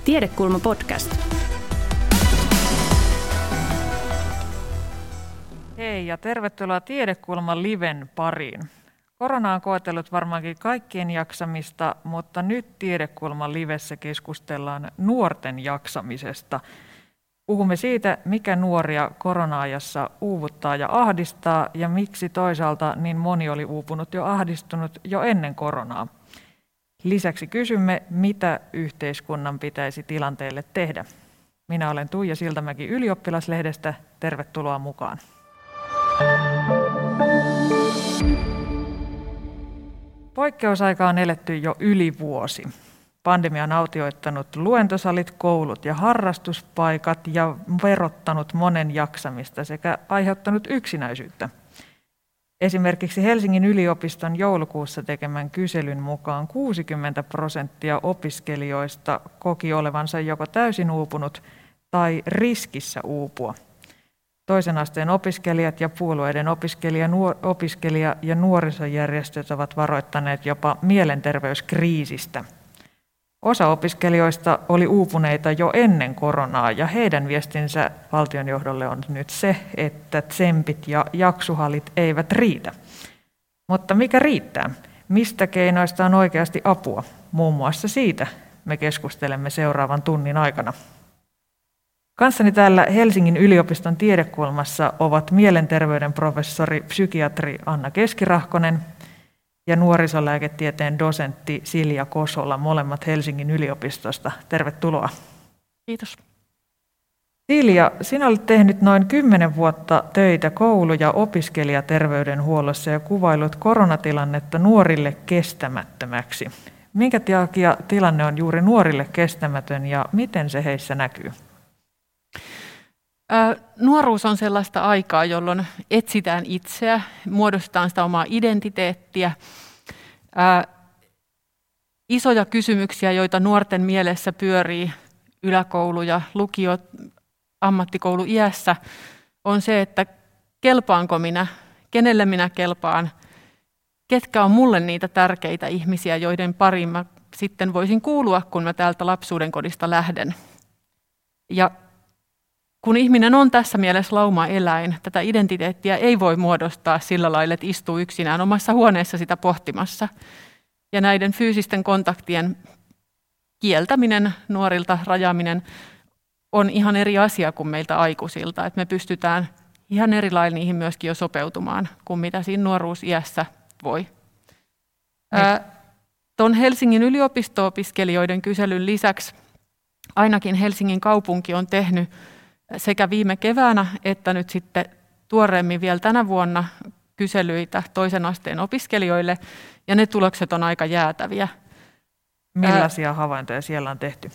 Tiedekulma podcast. Hei ja tervetuloa Tiedekulman liven pariin. Korona on koetellut varmaankin kaikkien jaksamista, mutta nyt Tiedekulman livessä keskustellaan nuorten jaksamisesta. Puhumme siitä, mikä nuoria korona-ajassa uuvuttaa ja ahdistaa ja miksi toisaalta niin moni oli uupunut ja ahdistunut jo ennen koronaa. Lisäksi kysymme, mitä yhteiskunnan pitäisi tilanteelle tehdä. Minä olen Tuija Siltamäki Ylioppilaslehdestä. Tervetuloa mukaan. Poikkeusaika on eletty jo yli vuosi. Pandemia on autioittanut luentosalit, koulut ja harrastuspaikat ja verottanut monen jaksamista sekä aiheuttanut yksinäisyyttä. Esimerkiksi Helsingin yliopiston joulukuussa tekemän kyselyn mukaan 60% opiskelijoista koki olevansa joko täysin uupunut tai riskissä uupua. Toisen asteen opiskelijat ja puolueiden opiskelija- ja nuorisojärjestöt ovat varoittaneet jopa mielenterveyskriisistä. Osa opiskelijoista oli uupuneita jo ennen koronaa ja heidän viestinsä valtionjohdolle on nyt se, että tsempit ja jaksuhalit eivät riitä. Mutta mikä riittää? Mistä keinoista on oikeasti apua? Muun muassa siitä me keskustelemme seuraavan tunnin aikana. Kanssani täällä Helsingin yliopiston tiedekulmassa ovat mielenterveyden professori, psykiatri Anna Keskirahkonen ja nuorisolääketieteen dosentti Silja Kosola, molemmat Helsingin yliopistosta. Tervetuloa. Kiitos. Silja, sinä olet tehnyt noin 10 vuotta töitä koulu- ja opiskelijaterveydenhuollossa ja kuvailut koronatilannetta nuorille kestämättömäksi. Minkä takia tilanne on juuri nuorille kestämätön ja miten se heissä näkyy? Nuoruus on sellaista aikaa, jolloin etsitään itseä, muodostetaan sitä omaa identiteettiä. Isoja kysymyksiä, joita nuorten mielessä pyörii yläkoulu- ja lukio- ammattikouluiässä, on se, että kelpaanko minä, kenelle minä kelpaan, ketkä on mulle niitä tärkeitä ihmisiä, joiden pariin mä sitten voisin kuulua, kun mä täältä lapsuuden kodista lähden. Ja kun ihminen on tässä mielessä lauma-eläin, tätä identiteettiä ei voi muodostaa sillä lailla, että istuu yksinään omassa huoneessa sitä pohtimassa. Ja näiden fyysisten kontaktien kieltäminen, nuorilta rajaaminen on ihan eri asia kuin meiltä aikuisilta. Että me pystytään ihan eri lailla niihin myöskin jo sopeutumaan kuin mitä siinä nuoruusiässä voi. Tuon Helsingin yliopisto-opiskelijoiden kyselyn lisäksi ainakin Helsingin kaupunki on tehnyt sekä viime keväänä että nyt sitten tuoreemmin vielä tänä vuonna kyselyitä toisen asteen opiskelijoille, ja ne tulokset on aika jäätäviä. Millaisia havaintoja siellä on tehty?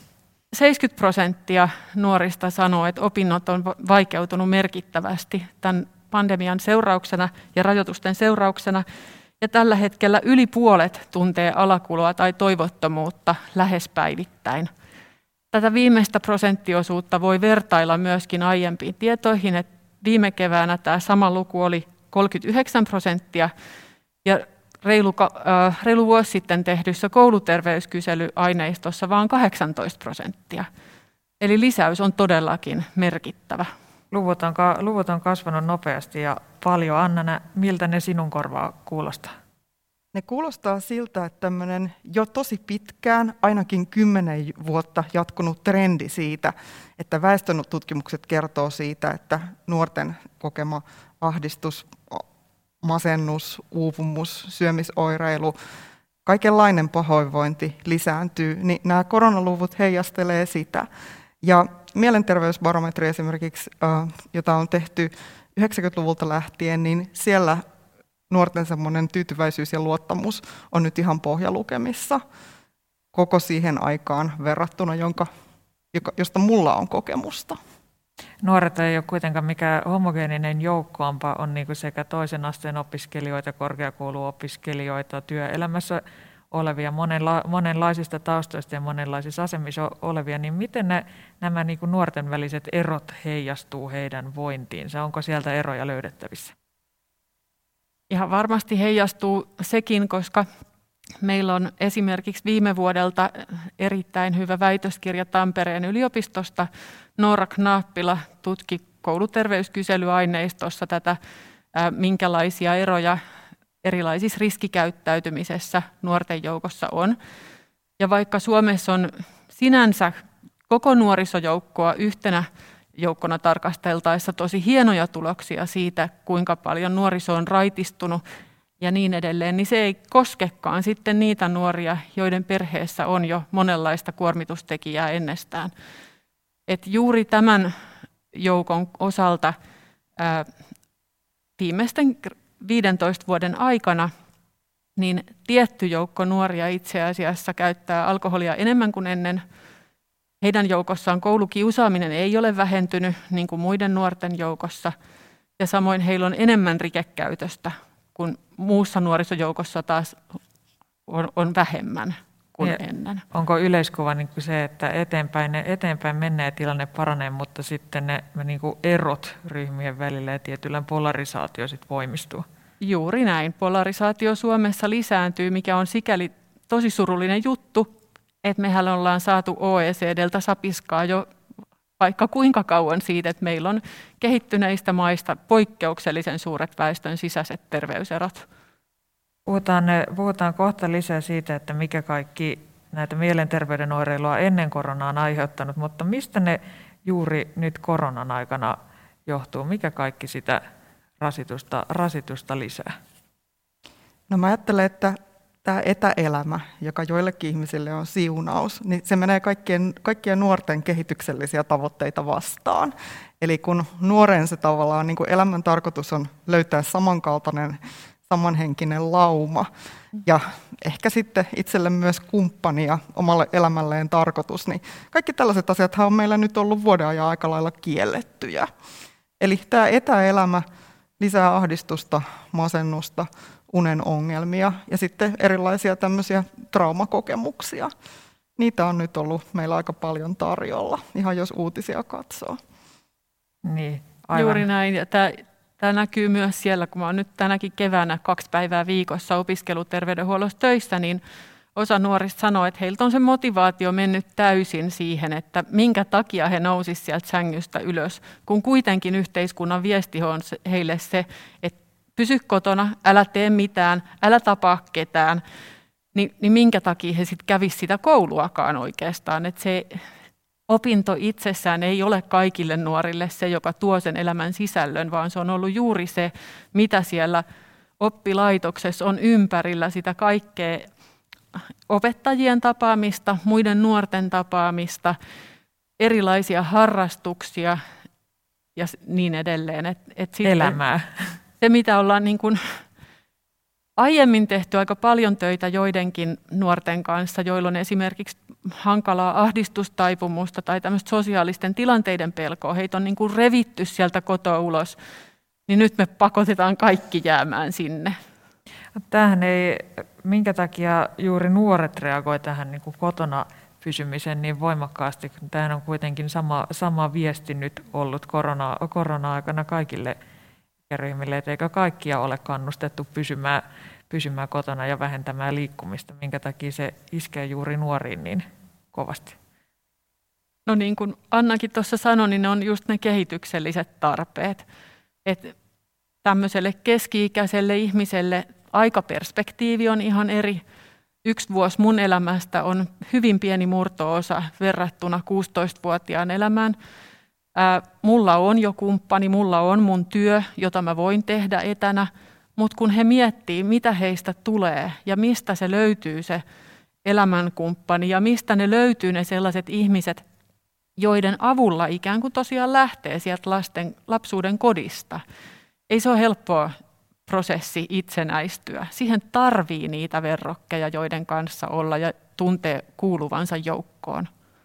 70% nuorista sanoo, että opinnot on vaikeutunut merkittävästi tämän pandemian seurauksena ja rajoitusten seurauksena, ja tällä hetkellä yli puolet tuntee alakuloa tai toivottomuutta lähes päivittäin. Tätä viimeistä prosenttiosuutta voi vertailla myöskin aiempiin tietoihin, että viime keväänä tämä sama luku oli 39% ja reilu vuosi sitten tehdyssä kouluterveyskyselyaineistossa vaan 18%. Eli lisäys on todellakin merkittävä. Luvut on kasvanut nopeasti ja paljon. Anna, miltä ne sinun korvaa kuulostaa? Ne kuulostaa siltä, että tämmöinen jo tosi pitkään, ainakin 10 vuotta jatkunut trendi siitä, että väestötutkimukset kertoo siitä, että nuorten kokema ahdistus, masennus, uupumus, syömisoireilu, kaikenlainen pahoinvointi lisääntyy, niin nämä koronaluvut heijastelee sitä. Ja mielenterveysbarometri esimerkiksi, jota on tehty 90-luvulta lähtien, niin siellä nuorten semmoinen tyytyväisyys ja luottamus on nyt ihan pohjalukemissa koko siihen aikaan verrattuna, josta mulla on kokemusta. Nuoret ei ole kuitenkaan mikään homogeeninen joukkoampa, on niin kuin sekä toisen asteen opiskelijoita, korkeakouluopiskelijoita, työelämässä olevia, monenlaisista taustoista ja monenlaisissa asemissa olevia, niin miten nämä niin kuin nuorten väliset erot heijastuu heidän vointiinsa? Onko sieltä eroja löydettävissä? Ihan varmasti heijastuu sekin, koska Meillä on esimerkiksi viime vuodelta erittäin hyvä väitöskirja Tampereen yliopistosta. Noora Knaappila tutki kouluterveyskyselyaineistossa tätä, minkälaisia eroja erilaisissa riskikäyttäytymisessä nuorten joukossa on. Ja vaikka Suomessa on sinänsä koko nuorisojoukkoa yhtenä joukkona tarkasteltaessa tosi hienoja tuloksia siitä, kuinka paljon nuoriso on raitistunut ja niin edelleen, niin se ei koskekaan sitten niitä nuoria, joiden perheessä on jo monenlaista kuormitustekijää ennestään. Et juuri tämän joukon osalta viimeisten 15 vuoden aikana niin tietty joukko nuoria itse asiassa käyttää alkoholia enemmän kuin ennen. Heidän joukossaan koulukiusaaminen ei ole vähentynyt niin kuin muiden nuorten joukossa, ja samoin heillä on enemmän rikekäytöstä, kun muussa nuorisojoukossa taas on vähemmän kuin ennen. Onko yleiskuva niin kuin se, että eteenpäin mennään ja tilanne paranee, mutta sitten ne niin kuin erot ryhmien välillä ja tietyllä polarisaatio sitten voimistuu? Juuri näin. Polarisaatio Suomessa lisääntyy, mikä on sikäli tosi surullinen juttu, että mehän ollaan saatu OECDltä sapiskaa jo vaikka kuinka kauan siitä, että meillä on kehittyneistä maista poikkeuksellisen suuret väestön sisäiset terveyserot. Puhutaan kohta lisää siitä, että mikä kaikki näitä mielenterveyden oireilua ennen koronaa on aiheuttanut, mutta mistä ne juuri nyt koronan aikana johtuu? Mikä kaikki sitä rasitusta lisää? No mä ajattelen, että tämä etäelämä, joka joillekin ihmisille on siunaus, niin se menee kaikkien nuorten kehityksellisiä tavoitteita vastaan. Eli kun nuoren se tavallaan niin kuin elämän tarkoitus on löytää samankaltainen, samanhenkinen lauma ja ehkä sitten itselle myös kumppani ja omalle elämälleen tarkoitus, niin kaikki tällaiset asiathan on meillä nyt ollut vuoden ajan aika lailla kiellettyjä. Eli tämä etäelämä lisää ahdistusta, masennusta, unen ongelmia ja sitten erilaisia tämmöisiä traumakokemuksia. Niitä on nyt ollut meillä aika paljon tarjolla, ihan jos uutisia katsoo. Niin, aivan. Juuri näin. Ja tämä näkyy myös siellä, kun mä oon nyt tänäkin keväänä 2 päivää viikossa opiskeluterveydenhuollossa töissä, niin osa nuorista sanoo, että heiltä on se motivaatio mennyt täysin siihen, että minkä takia he nousisivat sieltä sängystä ylös, kun kuitenkin yhteiskunnan viesti on heille se, että pysy kotona, älä tee mitään, älä tapaa ketään, niin minkä takia he sitten kävisivät sitä kouluakaan oikeastaan. Että se opinto itsessään ei ole kaikille nuorille se, joka tuo sen elämän sisällön, vaan se on ollut juuri se, mitä siellä oppilaitoksessa on ympärillä, sitä kaikkea opettajien tapaamista, muiden nuorten tapaamista, erilaisia harrastuksia ja niin edelleen. Elämää. Se, mitä ollaan niin kuin aiemmin tehty aika paljon töitä joidenkin nuorten kanssa, joilla on esimerkiksi hankalaa ahdistustaipumusta tai tämmöistä sosiaalisten tilanteiden pelkoa, heitä on niin kuin revitty sieltä kotoa ulos, niin nyt me pakotetaan kaikki jäämään sinne. Tämähän ei, minkä takia juuri nuoret reagoi tähän niin kuin kotona pysymisen niin voimakkaasti. Tämähän on kuitenkin sama viesti nyt ollut korona-aikana kaikille ikäryhmille, että eikö kaikkia ole kannustettu pysymään kotona ja vähentämään liikkumista. Minkä takia se iskee juuri nuoriin niin kovasti? No niin kuin Annakin tuossa sanoi, niin ne on just ne kehitykselliset tarpeet. Että tämmöiselle keski-ikäiselle ihmiselle aikaperspektiivi on ihan eri. 1 vuosi mun elämästä on hyvin pieni murto-osa verrattuna 16-vuotiaan elämään. Mulla on jo kumppani, mulla on mun työ, jota mä voin tehdä etänä, mutta kun he miettii, mitä heistä tulee ja mistä se löytyy se elämänkumppani ja mistä ne löytyy ne sellaiset ihmiset, joiden avulla ikään kuin tosiaan lähtee sieltä lapsuuden kodista. Ei se ole helppoa prosessi itsenäistyä. Siihen tarvii niitä verrokkeja, joiden kanssa olla ja tuntee kuuluvansa joukkoon.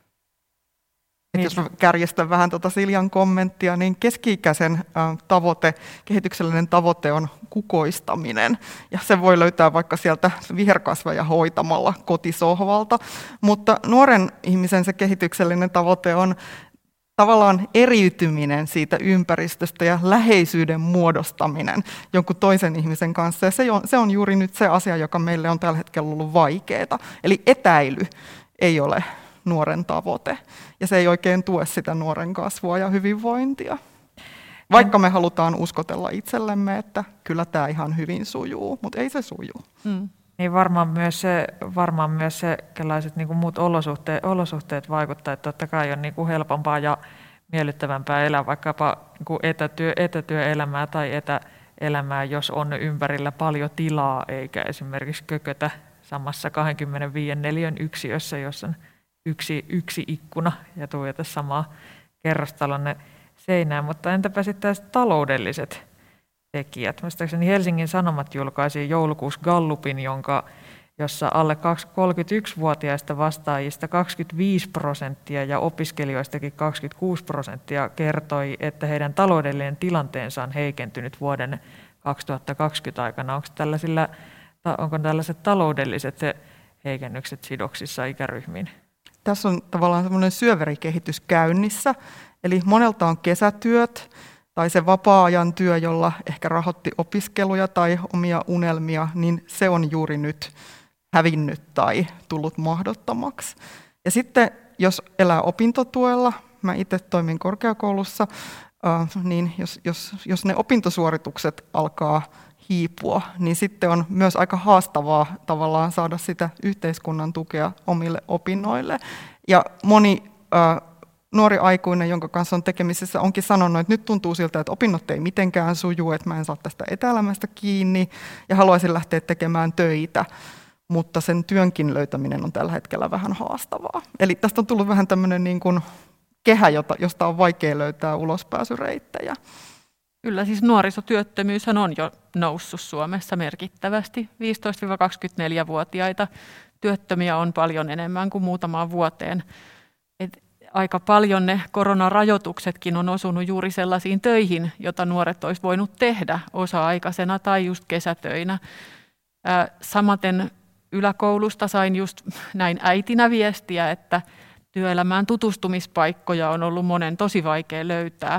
Jos mä kärjestän vähän tuota Siljan kommenttia, niin keski-ikäisen kehityksellinen tavoite on kukoistaminen. Ja se voi löytää vaikka sieltä viherkasveja hoitamalla kotisohvalta. Mutta nuoren ihmisen se kehityksellinen tavoite on tavallaan eriytyminen siitä ympäristöstä ja läheisyyden muodostaminen jonkun toisen ihmisen kanssa. Ja se on juuri nyt se asia, joka meille on tällä hetkellä ollut vaikeaa. Eli etäily ei ole nuoren tavoite. Ja se ei oikein tue sitä nuoren kasvua ja hyvinvointia. Vaikka me halutaan uskotella itsellemme, että kyllä tämä ihan hyvin sujuu, mutta ei se sujuu. Niin varmaan myös se kellaiset niin kuin muut olosuhteet vaikuttaa, että totta kai on niin kuin helpompaa ja miellyttävämpää elää vaikkapa niin kuin etätyöelämää tai etäelämää, jos on ympärillä paljon tilaa, eikä esimerkiksi kökötä samassa 25 neliön yksiössä, jossa on yksi ikkuna ja tuijota samaa kerrostalon seinään. Mutta entäpä sitten taloudelliset tekijät? Muistaakseni Helsingin Sanomat julkaisi joulukuussa Gallupin, jossa alle 31-vuotiaista vastaajista 25% ja opiskelijoistakin 26% kertoi, että heidän taloudellinen tilanteensa on heikentynyt vuoden 2020 aikana. Onko tällaiset taloudelliset heikennykset sidoksissa ikäryhmiin? Tässä on tavallaan semmoinen syöverikehitys käynnissä, eli monelta on kesätyöt tai se vapaa-ajan työ, jolla ehkä rahoitti opiskeluja tai omia unelmia, niin se on juuri nyt hävinnyt tai tullut mahdottomaksi. Ja sitten jos elää opintotuella, mä itse toimin korkeakoulussa, niin jos ne opintosuoritukset alkaa hiipua, niin sitten on myös aika haastavaa tavallaan saada sitä yhteiskunnan tukea omille opinnoille. Ja moni nuori aikuinen, jonka kanssa on tekemisissä, onkin sanonut, että nyt tuntuu siltä, että opinnot ei mitenkään suju, että mä en saa tästä etäelämästä kiinni ja haluaisin lähteä tekemään töitä, mutta sen työnkin löytäminen on tällä hetkellä vähän haastavaa. Eli tästä on tullut vähän tämmöinen niin kuin kehä, josta on vaikea löytää ulospääsyreittejä. Kyllä, siis nuorisotyöttömyyshän on jo noussut Suomessa merkittävästi. 15-24-vuotiaita työttömiä on paljon enemmän kuin muutamaan vuoteen. Aika paljon ne koronarajoituksetkin on osunut juuri sellaisiin töihin, joita nuoret olisi voinut tehdä osa-aikaisena tai just kesätöinä. Samaten yläkoulusta sain just näin äitinä viestiä, että työelämään tutustumispaikkoja on ollut monen tosi vaikea löytää,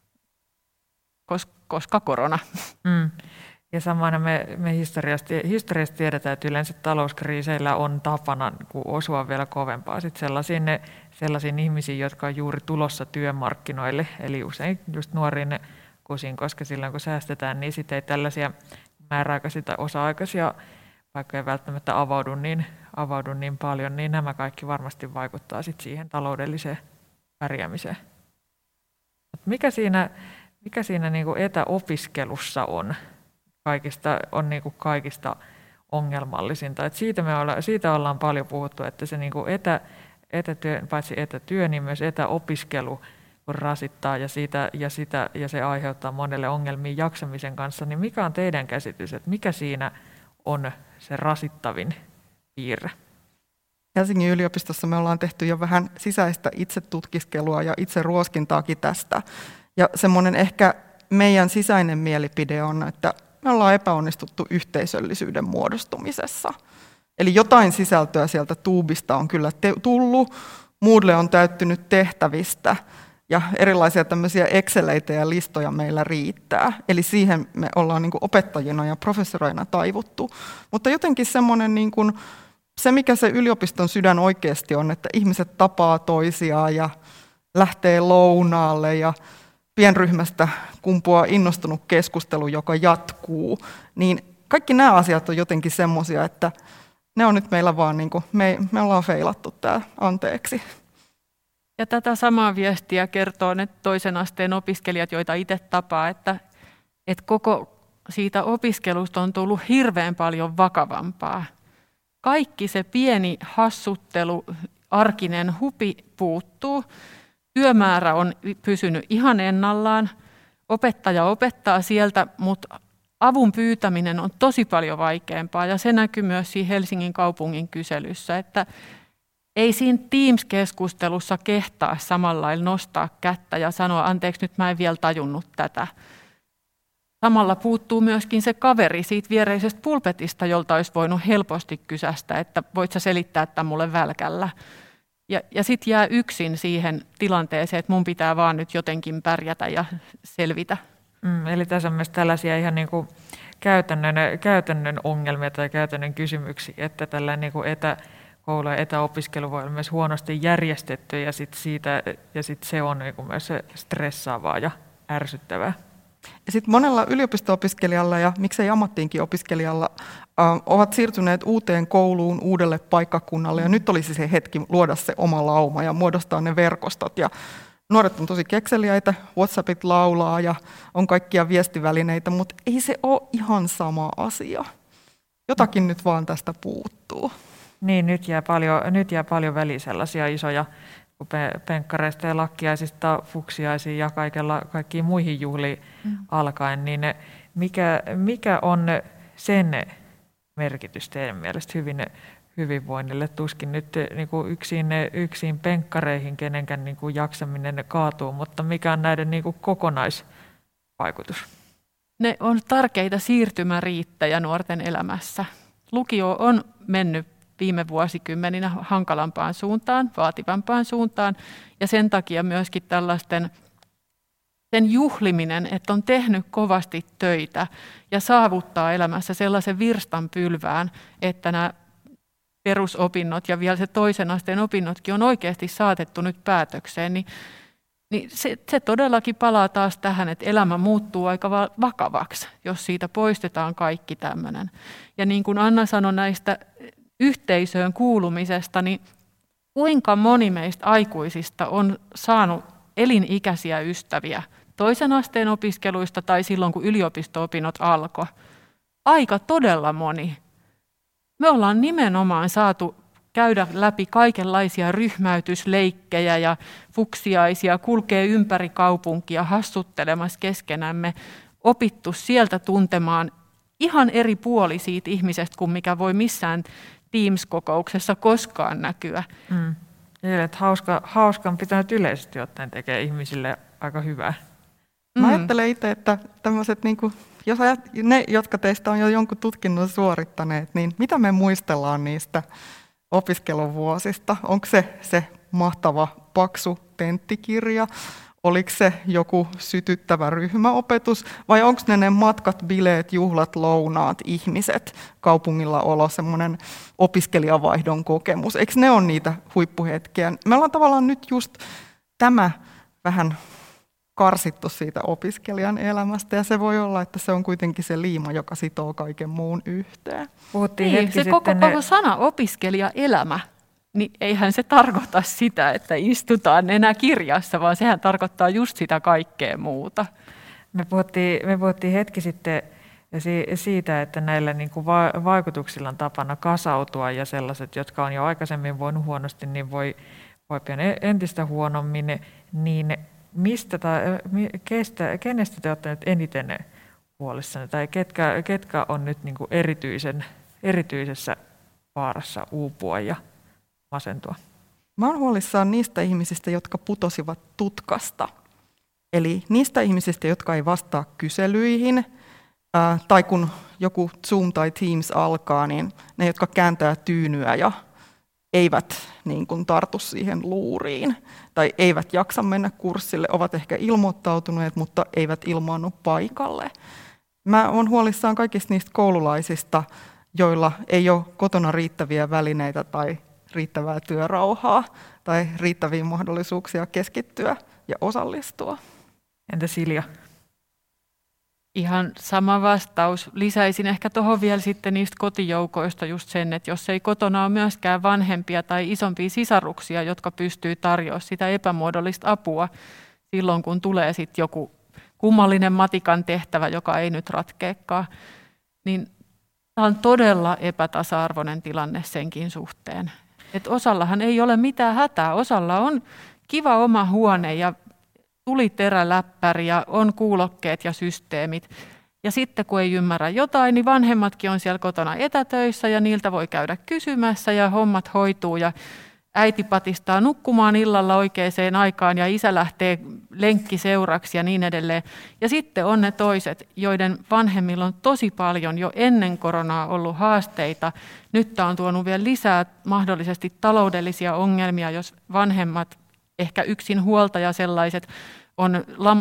koska korona. Ja samana me historiasta tiedetään, että yleensä talouskriiseillä on tapana osua vielä kovempaa sit sellaisiin ihmisiin, jotka on juuri tulossa työmarkkinoille, eli usein just nuoriin kusiin, koska silloin kun säästetään, niin sitten ei tällaisia määräaikaisia tai osa-aikaisia, vaikka ei välttämättä avaudu niin paljon, niin nämä kaikki varmasti vaikuttaa sit siihen taloudelliseen pärjäämiseen. Mikä siinä niin kuin etäopiskelussa on kaikista ongelmallisinta? Et siitä ollaan paljon puhuttu, että se niin kuin paitsi etätyö, niin myös etäopiskelu rasittaa ja se aiheuttaa monelle ongelmia jaksamisen kanssa. Niin mikä on teidän käsitys, että mikä siinä on se rasittavin piirre? Helsingin yliopistossa me ollaan tehty jo vähän sisäistä itsetutkiskelua ja itse ruoskintaakin tästä. Ja semmoinen ehkä meidän sisäinen mielipide on, että me ollaan epäonnistuttu yhteisöllisyyden muodostumisessa. Eli jotain sisältöä sieltä tuubista on kyllä tullut, Moodle on täyttynyt tehtävistä ja erilaisia tämmöisiä Exceleitä ja listoja meillä riittää. Eli siihen me ollaan niin kuin opettajina ja professoreina taivuttu. Mutta jotenkin semmoinen, niin kuin, se mikä se yliopiston sydän oikeasti on, että ihmiset tapaa toisiaan ja lähtee lounaalle ja pienryhmästä kumpuaa innostunut keskustelu, joka jatkuu, niin kaikki nämä asiat on jotenkin semmoisia, että ne on nyt meillä vaan, niin kuin, me ollaan feilattu tämä, anteeksi. Ja tätä samaa viestiä kertoo ne toisen asteen opiskelijat, joita itse tapaa, että koko siitä opiskelusta on tullut hirveän paljon vakavampaa. Kaikki se pieni hassuttelu, arkinen hupi puuttuu. Työmäärä on pysynyt ihan ennallaan. Opettaja opettaa sieltä, mutta avun pyytäminen on tosi paljon vaikeampaa. Ja se näkyy myös siinä Helsingin kaupungin kyselyssä, että ei siinä Teams-keskustelussa kehtaa samalla lailla nostaa kättä ja sanoa, anteeksi, nyt mä en vielä tajunnut tätä. Samalla puuttuu myöskin se kaveri siitä viereisestä pulpetista, jolta olisi voinut helposti kysästä, että voit sä selittää tämän mulle välkällä. Ja sitten jää yksin siihen tilanteeseen, että mun pitää vaan nyt jotenkin pärjätä ja selvitä. Eli tässä on myös tällaisia ihan niin kuin käytännön ongelmia tai käytännön kysymyksiä, että tällainen niin kuin etäkoulu ja etäopiskelu voi olla myös huonosti järjestetty ja sit se on niin kuin myös stressaavaa ja ärsyttävää. Ja sitten monella yliopisto-opiskelijalla ja miksei ammattiinkin opiskelijalla ovat siirtyneet uuteen kouluun, uudelle paikkakunnalle ja nyt olisi se hetki luoda se oma lauma ja muodostaa ne verkostot. Ja nuoret on tosi kekseliäitä, WhatsAppit laulaa ja on kaikkia viestivälineitä, mutta ei se ole ihan sama asia. Jotakin nyt vaan tästä puuttuu. Niin, nyt jää paljon väliin sellaisia isoja, kun penkkareista ja lakkiaisista, fuksiaisiin ja kaikkiin muihin juhliin alkaen, niin mikä on sen merkitys teidän mielestä hyvinvoinnille? Tuskin nyt niin kuin yksin penkkareihin kenenkään niin kuin jaksaminen kaatuu, mutta mikä on näiden niin kuin kokonaisvaikutus? Ne on tärkeitä siirtymäriittäjä nuorten elämässä. Lukio on mennyt viime vuosikymmeninä hankalampaan suuntaan, vaativampaan suuntaan, ja sen takia myöskin sen juhliminen, että on tehnyt kovasti töitä ja saavuttaa elämässä sellaisen virstanpylvään, että nämä perusopinnot ja vielä se toisen asteen opinnotkin on oikeasti saatettu nyt päätökseen, niin se todellakin palaa taas tähän, että elämä muuttuu aika vakavaksi, jos siitä poistetaan kaikki tämmöinen. Ja niin kuin Anna sanoi näistä yhteisöön kuulumisesta, niin kuinka moni meistä aikuisista on saanut elinikäisiä ystäviä toisen asteen opiskeluista tai silloin, kun yliopisto-opinnot alkoi? Aika todella moni. Me ollaan nimenomaan saatu käydä läpi kaikenlaisia ryhmäytysleikkejä ja fuksiaisia, kulkee ympäri kaupunkia hassuttelemassa keskenämme, opittu sieltä tuntemaan ihan eri puoli siitä ihmisestä kuin mikä voi missään Teams-kokouksessa koskaan näkyä. Ja että hauskan pitää nyt yleisesti ottaen tekee ihmisille aika hyvää. Mä ajattelen itse, että tämmöiset, niin kuin, jos ne, jotka teistä on jo jonkun tutkinnon suorittaneet, niin mitä me muistellaan niistä opiskeluvuosista? Onko se mahtava paksu tenttikirja? Oliko se joku sytyttävä ryhmäopetus vai onko ne matkat, bileet, juhlat, lounaat, ihmiset, kaupungilla olo, semmoinen opiskelijavaihdon kokemus? Eikö ne ole niitä huippuhetkiä? Me ollaan tavallaan nyt just tämä vähän karsittu siitä opiskelijan elämästä ja se voi olla, että se on kuitenkin se liima, joka sitoo kaiken muun yhteen. Niin, se koko sana opiskelijaelämä. Niin eihän se tarkoita sitä, että istutaan enää kirjassa, vaan sehän tarkoittaa just sitä kaikkea muuta. Me puhuttiin hetki sitten siitä, että näillä niin kuin vaikutuksilla on tapana kasautua ja sellaiset, jotka on jo aikaisemmin voinut huonosti, niin voi pian entistä huonommin. Niin kenestä te olette nyt eniten huolissanne tai ketkä on nyt niin kuin erityisessä vaarassa uupua ja masentua? Mä oon huolissaan niistä ihmisistä, jotka putosivat tutkasta. Eli niistä ihmisistä, jotka ei vastaa kyselyihin, tai kun joku Zoom tai Teams alkaa, niin ne, jotka kääntää tyynyä ja eivät niin kuin tartu siihen luuriin, tai eivät jaksa mennä kurssille, ovat ehkä ilmoittautuneet, mutta eivät ilmaannu paikalle. Mä oon huolissaan kaikista niistä koululaisista, joilla ei ole kotona riittäviä välineitä tai riittävää työrauhaa tai riittäviä mahdollisuuksia keskittyä ja osallistua. Entä Silja? Ihan sama vastaus. Lisäisin ehkä tuohon vielä sitten niistä kotijoukoista just sen, että jos ei kotona ole myöskään vanhempia tai isompia sisaruksia, jotka pystyy tarjoamaan sitä epämuodollista apua silloin, kun tulee sitten joku kummallinen matikan tehtävä, joka ei nyt ratkeekaan, niin tämä on todella epätasa-arvoinen tilanne senkin suhteen. Että osallahan ei ole mitään hätää. Osalla on kiva oma huone ja tuliteräläppäri ja on kuulokkeet ja systeemit. Ja sitten kun ei ymmärrä jotain, niin vanhemmatkin on siellä kotona etätöissä ja niiltä voi käydä kysymässä ja hommat hoituu. Ja äiti patistaa nukkumaan illalla oikeaan aikaan ja isä lähtee lenkkiseuraksi ja niin edelleen. Ja sitten on ne toiset, joiden vanhemmilla on tosi paljon jo ennen koronaa ollut haasteita. Nyt tämä on tuonut vielä lisää mahdollisesti taloudellisia ongelmia, jos vanhemmat, ehkä yksin huoltaja sellaiset, on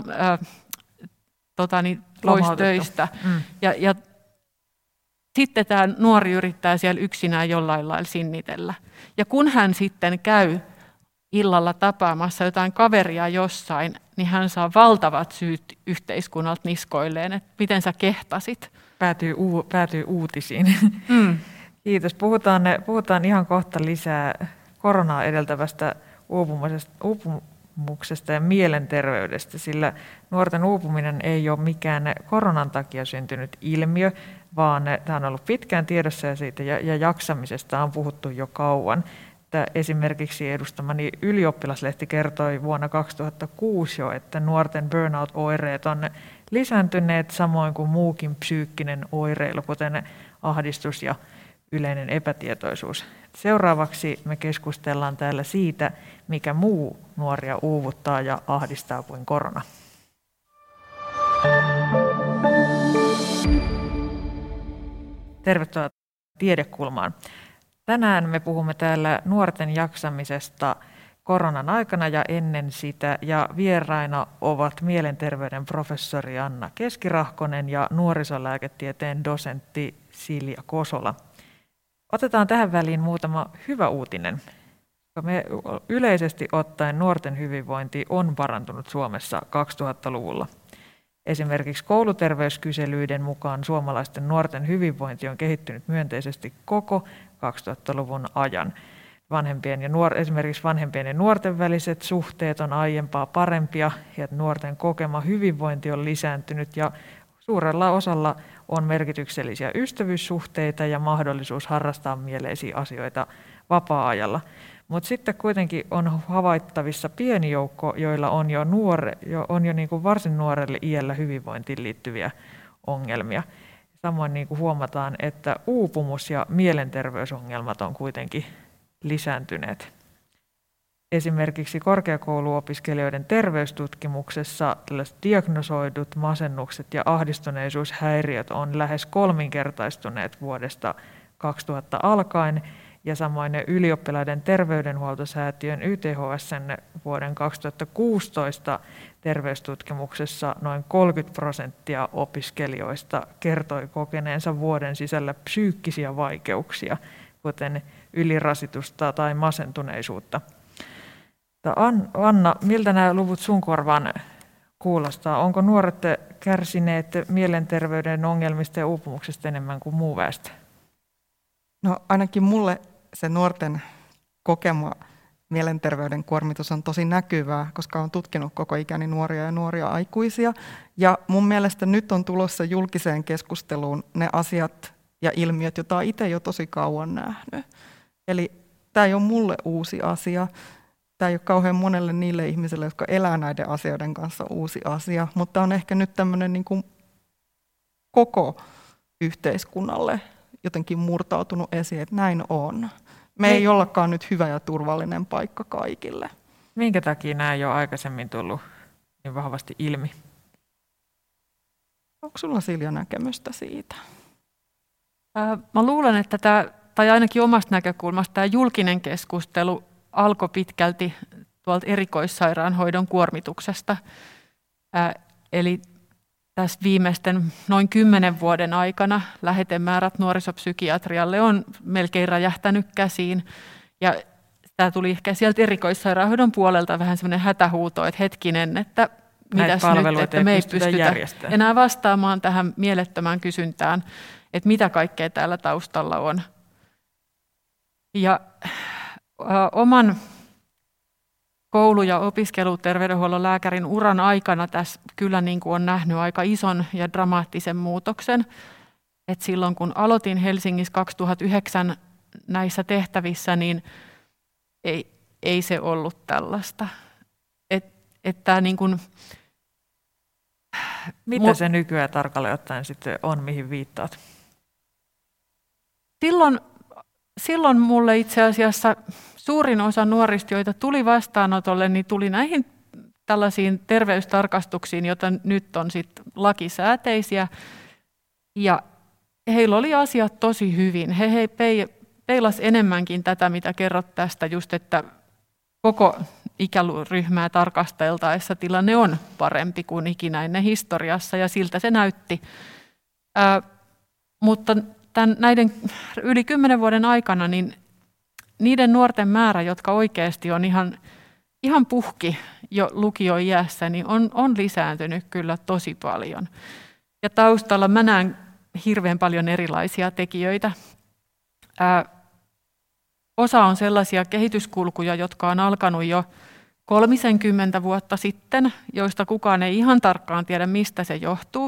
pois töistä. Ja sitten tämä nuori yrittää siellä yksinään jollain lailla sinnitellä. Ja kun hän sitten käy illalla tapaamassa jotain kaveria jossain, niin hän saa valtavat syyt yhteiskunnalta niskoilleen, että miten sä kehtasit. Päätyy uutisiin. Kiitos. Puhutaan ihan kohta lisää koronaa edeltävästä uupumuksesta ja mielenterveydestä, sillä nuorten uupuminen ei ole mikään koronan takia syntynyt ilmiö, vaan tämä on ollut pitkään tiedossa ja siitä ja jaksamisesta on puhuttu jo kauan. Esimerkiksi edustamani ylioppilaslehti kertoi vuonna 2006 jo, että nuorten burnout-oireet on lisääntyneet samoin kuin muukin psyykkinen oireilu, kuten ahdistus ja yleinen epätietoisuus. Seuraavaksi me keskustellaan täällä siitä, mikä muu nuoria uuvuttaa ja ahdistaa kuin korona. Tervetuloa Tiedekulmaan. Tänään me puhumme täällä nuorten jaksamisesta koronan aikana ja ennen sitä, ja vieraina ovat mielenterveyden professori Anna Keskirahkonen ja nuorisolääketieteen dosentti Silja Kosola. Otetaan tähän väliin muutama hyvä uutinen. Me yleisesti ottaen nuorten hyvinvointi on parantunut Suomessa 2000-luvulla. Esimerkiksi kouluterveyskyselyiden mukaan suomalaisten nuorten hyvinvointi on kehittynyt myönteisesti koko 2000-luvun ajan. Esimerkiksi vanhempien ja nuorten väliset suhteet on aiempaa parempia ja nuorten kokema hyvinvointi on lisääntynyt ja suurella osalla on merkityksellisiä ystävyyssuhteita ja mahdollisuus harrastaa mieleisiä asioita vapaa-ajalla. Mutta sitten kuitenkin on havaittavissa pieni joukko, joilla on jo niin kuin varsin nuorelle iällä hyvinvointiin liittyviä ongelmia. Samoin niin kuin huomataan, että uupumus ja mielenterveysongelmat on kuitenkin lisääntyneet. Esimerkiksi korkeakouluopiskelijoiden terveystutkimuksessa tällaiset diagnosoidut masennukset ja ahdistuneisuushäiriöt on lähes kolminkertaistuneet vuodesta 2000 alkaen, ja samoin ylioppilaiden terveydenhuoltosäätiön YTHS:n vuoden 2016 terveystutkimuksessa noin 30% opiskelijoista kertoi kokeneensa vuoden sisällä psyykkisiä vaikeuksia, kuten ylirasitusta tai masentuneisuutta. Anna, miltä nämä luvut sun korvaan kuulostaa? Onko nuoret kärsineet mielenterveyden ongelmista ja uupumuksesta enemmän kuin muu väestö? No ainakin mulle se nuorten kokema mielenterveyden kuormitus on tosi näkyvää, koska olen tutkinut koko ikäni nuoria ja nuoria aikuisia. Ja mun mielestä nyt on tulossa julkiseen keskusteluun ne asiat ja ilmiöt, joita olen itse jo tosi kauan nähnyt. Eli tämä ei ole mulle uusi asia. Tämä ei ole kauhean monelle niille ihmisille, jotka elää näiden asioiden kanssa uusi asia, mutta on ehkä nyt tämmöinen niin kuin koko yhteiskunnalle jotenkin murtautunut esiin, että näin on. Me ei ollakaan nyt hyvä ja turvallinen paikka kaikille. Minkä takia nämä ei ole aikaisemmin tullut niin vahvasti ilmi? Onko sulla Silja näkemystä siitä? Mä luulen, että tai ainakin omasta näkökulmasta tämä julkinen keskustelu alkoi pitkälti tuolta erikoissairaanhoidon kuormituksesta. Eli tässä viimeisten noin 10 vuoden aikana lähetemäärät nuorisopsykiatrialle on melkein räjähtänyt käsiin. Ja tämä tuli ehkä sieltä erikoissairaanhoidon puolelta vähän semmoinen hätähuuto, että hetkinen, että mitäs nyt, että me ei pystytä enää vastaamaan tähän mielettömään kysyntään, että mitä kaikkea täällä taustalla on. Ja oman koulu- ja opiskeluterveydenhuollon lääkärin uran aikana tässä kyllä niin kuin on nähnyt aika ison ja dramaattisen muutoksen. Et silloin kun aloitin Helsingissä 2009 näissä tehtävissä, niin ei se ollut tällaista. Että niin kuin, mitä se nykyään tarkalleen ottaen sitten on, mihin viittaat? Silloin silloin mulle itse asiassa suurin osa nuorista, joita tuli vastaanotolle, niin tuli näihin tällaisiin terveystarkastuksiin, joita nyt on sit lakisääteisiä. Ja heillä oli asiat tosi hyvin. He peilas enemmänkin tätä, mitä kerrot tästä, just että koko ikäryhmää tarkasteltaessa tilanne on parempi kuin ikinä ennen historiassa, ja siltä se näytti. Mutta näiden yli 10 vuoden aikana niin niiden nuorten määrä, jotka oikeasti on ihan puhki jo lukioiässä, niin on lisääntynyt kyllä tosi paljon. Ja taustalla mä näen hirveän paljon erilaisia tekijöitä. Osa on sellaisia kehityskulkuja, jotka on alkanut jo 30 vuotta sitten, joista kukaan ei ihan tarkkaan tiedä, mistä se johtuu,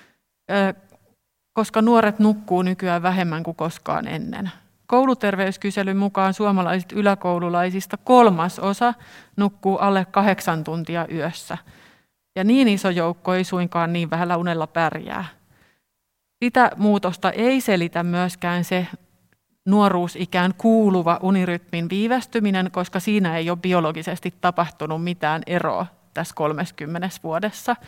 koska nuoret nukkuu nykyään vähemmän kuin koskaan ennen. Kouluterveyskyselyn mukaan suomalaiset yläkoululaisista 1/3 nukkuu alle 8 tuntia yössä. Ja niin iso joukko ei suinkaan niin vähällä unella pärjää. Sitä muutosta ei selitä myöskään se nuoruusikään kuuluva unirytmin viivästyminen, koska siinä ei ole biologisesti tapahtunut mitään eroa tässä 30 vuodessa.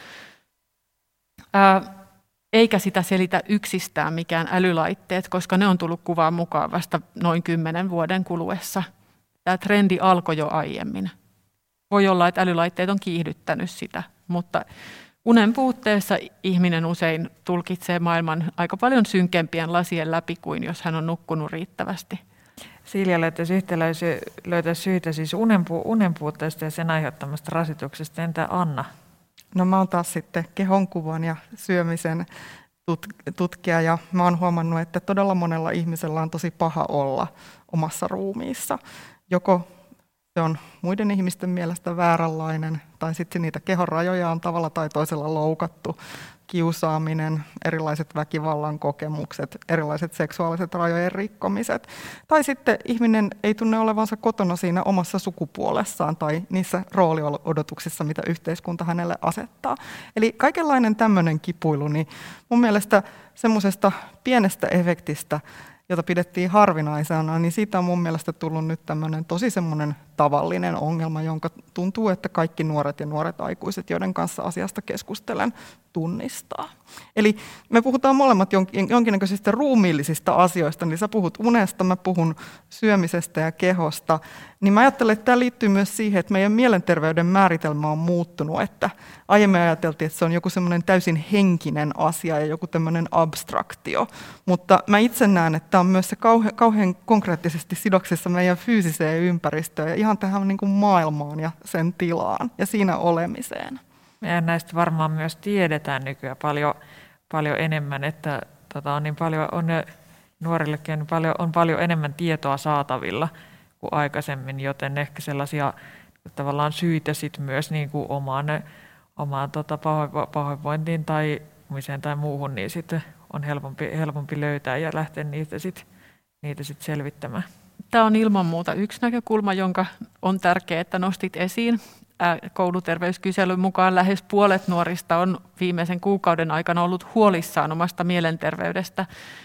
Eikä sitä selitä yksistään mikään älylaitteet, koska ne on tullut kuvaan mukaan vasta noin 10 vuoden kuluessa. Tämä trendi alkoi jo aiemmin. Voi olla, että älylaitteet on kiihdyttänyt sitä, mutta unen puutteessa ihminen usein tulkitsee maailman aika paljon synkempien lasien läpi kuin jos hän on nukkunut riittävästi. Silja löytäisi syitä siis unen puutteesta ja sen aiheuttamasta rasituksesta. Entä Anna? No mä oon taas sitten kehonkuvan ja syömisen tutkija ja mä oon huomannut, että todella monella ihmisellä on tosi paha olla omassa ruumiissa. Joko se on muiden ihmisten mielestä vääränlainen tai sitten niitä kehon rajoja on tavalla tai toisella loukattu. Kiusaaminen, erilaiset väkivallan kokemukset, erilaiset seksuaaliset rajojen rikkomiset. Tai sitten ihminen ei tunne olevansa kotona siinä omassa sukupuolessaan tai niissä rooliodotuksissa, mitä yhteiskunta hänelle asettaa. Eli kaikenlainen tämmöinen kipuilu, niin mun mielestä semmoisesta pienestä efektistä, jota pidettiin harvinaisena, niin siitä on mun mielestä tullut nyt tämmöinen tosi semmoinen tavallinen ongelma, jonka tuntuu, että kaikki nuoret ja nuoret aikuiset, joiden kanssa asiasta keskustelen, tunnistaa. Eli me puhutaan molemmat jonkinnäköisistä ruumiillisista asioista, niin sä puhut unesta, mä puhun syömisestä ja kehosta, niin mä ajattelen, että tämä liittyy myös siihen, että meidän mielenterveyden määritelmä on muuttunut, että aiemmin ajateltiin, että se on joku semmoinen täysin henkinen asia ja joku tämmöinen abstraktio, mutta mä itse näen, että tämä on myös se kauhean konkreettisesti sidoksissa meidän fyysiseen ympäristöön ja ihan tähän niin kuin maailmaan ja sen tilaan ja siinä olemiseen. Ja näistä varmaan myös tiedetään nykyään paljon enemmän, että on niin paljon, nuorillekin on paljon enemmän tietoa saatavilla kuin aikaisemmin, joten ehkä sellaisia tavallaan syitä sit myös niin kuin omaan pahoinvointiin tai muuhun, niin sitten on helpompi löytää ja lähteä niitä sit selvittämään. Tämä on ilman muuta yksi näkökulma, jonka on tärkeää, että nostit esiin. Kouluterveyskyselyn mukaan lähes puolet nuorista on viimeisen kuukauden aikana ollut huolissaan omasta mielenterveydestä.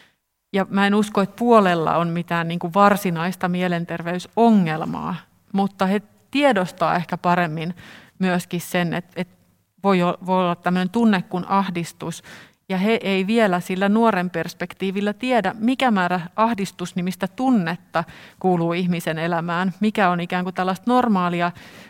Ja mä en usko, että puolella on mitään niin kuin varsinaista mielenterveysongelmaa, mutta he tiedostaa ehkä paremmin myöskin sen, että voi olla tämmöinen tunne kuin ahdistus, ja he ei vielä sillä nuoren perspektiivillä tiedä, mikä määrä ahdistusnimistä tunnetta kuuluu ihmisen elämään, mikä on ikään kuin tällaista normaalia,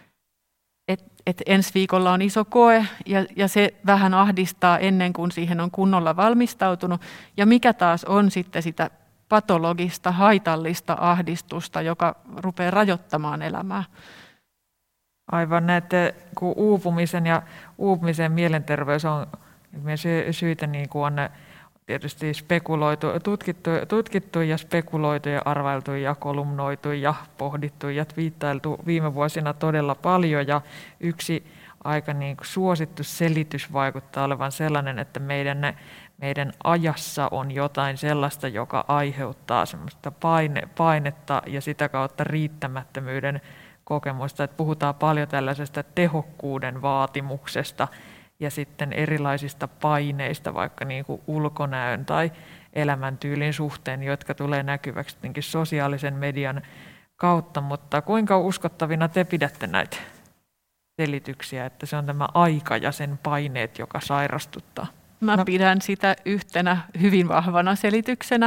että ensi viikolla on iso koe ja se vähän ahdistaa ennen kuin siihen on kunnolla valmistautunut, ja mikä taas on sitten sitä patologista, haitallista ahdistusta, joka rupeaa rajoittamaan elämää. Aivan, näette, kun uupumisen mielenterveys on syitä, niin kuin on tietysti spekuloitu, tutkittu ja spekuloitu ja arvailtu ja kolumnoitu ja pohdittu ja twiittailtu viime vuosina todella paljon. Ja yksi aika niin kuin suosittu selitys vaikuttaa olevan sellainen, että meidän ajassa on jotain sellaista, joka aiheuttaa semmoista painetta ja sitä kautta riittämättömyyden kokemusta. Että puhutaan paljon tällaisesta tehokkuuden vaatimuksesta ja sitten erilaisista paineista, vaikka niin kuin ulkonäön tai elämäntyylin suhteen, jotka tulee näkyväksi jotenkin sosiaalisen median kautta, mutta kuinka uskottavina te pidätte näitä selityksiä, että se on tämä aika ja sen paineet, joka sairastuttaa? Mä pidän sitä yhtenä hyvin vahvana selityksenä.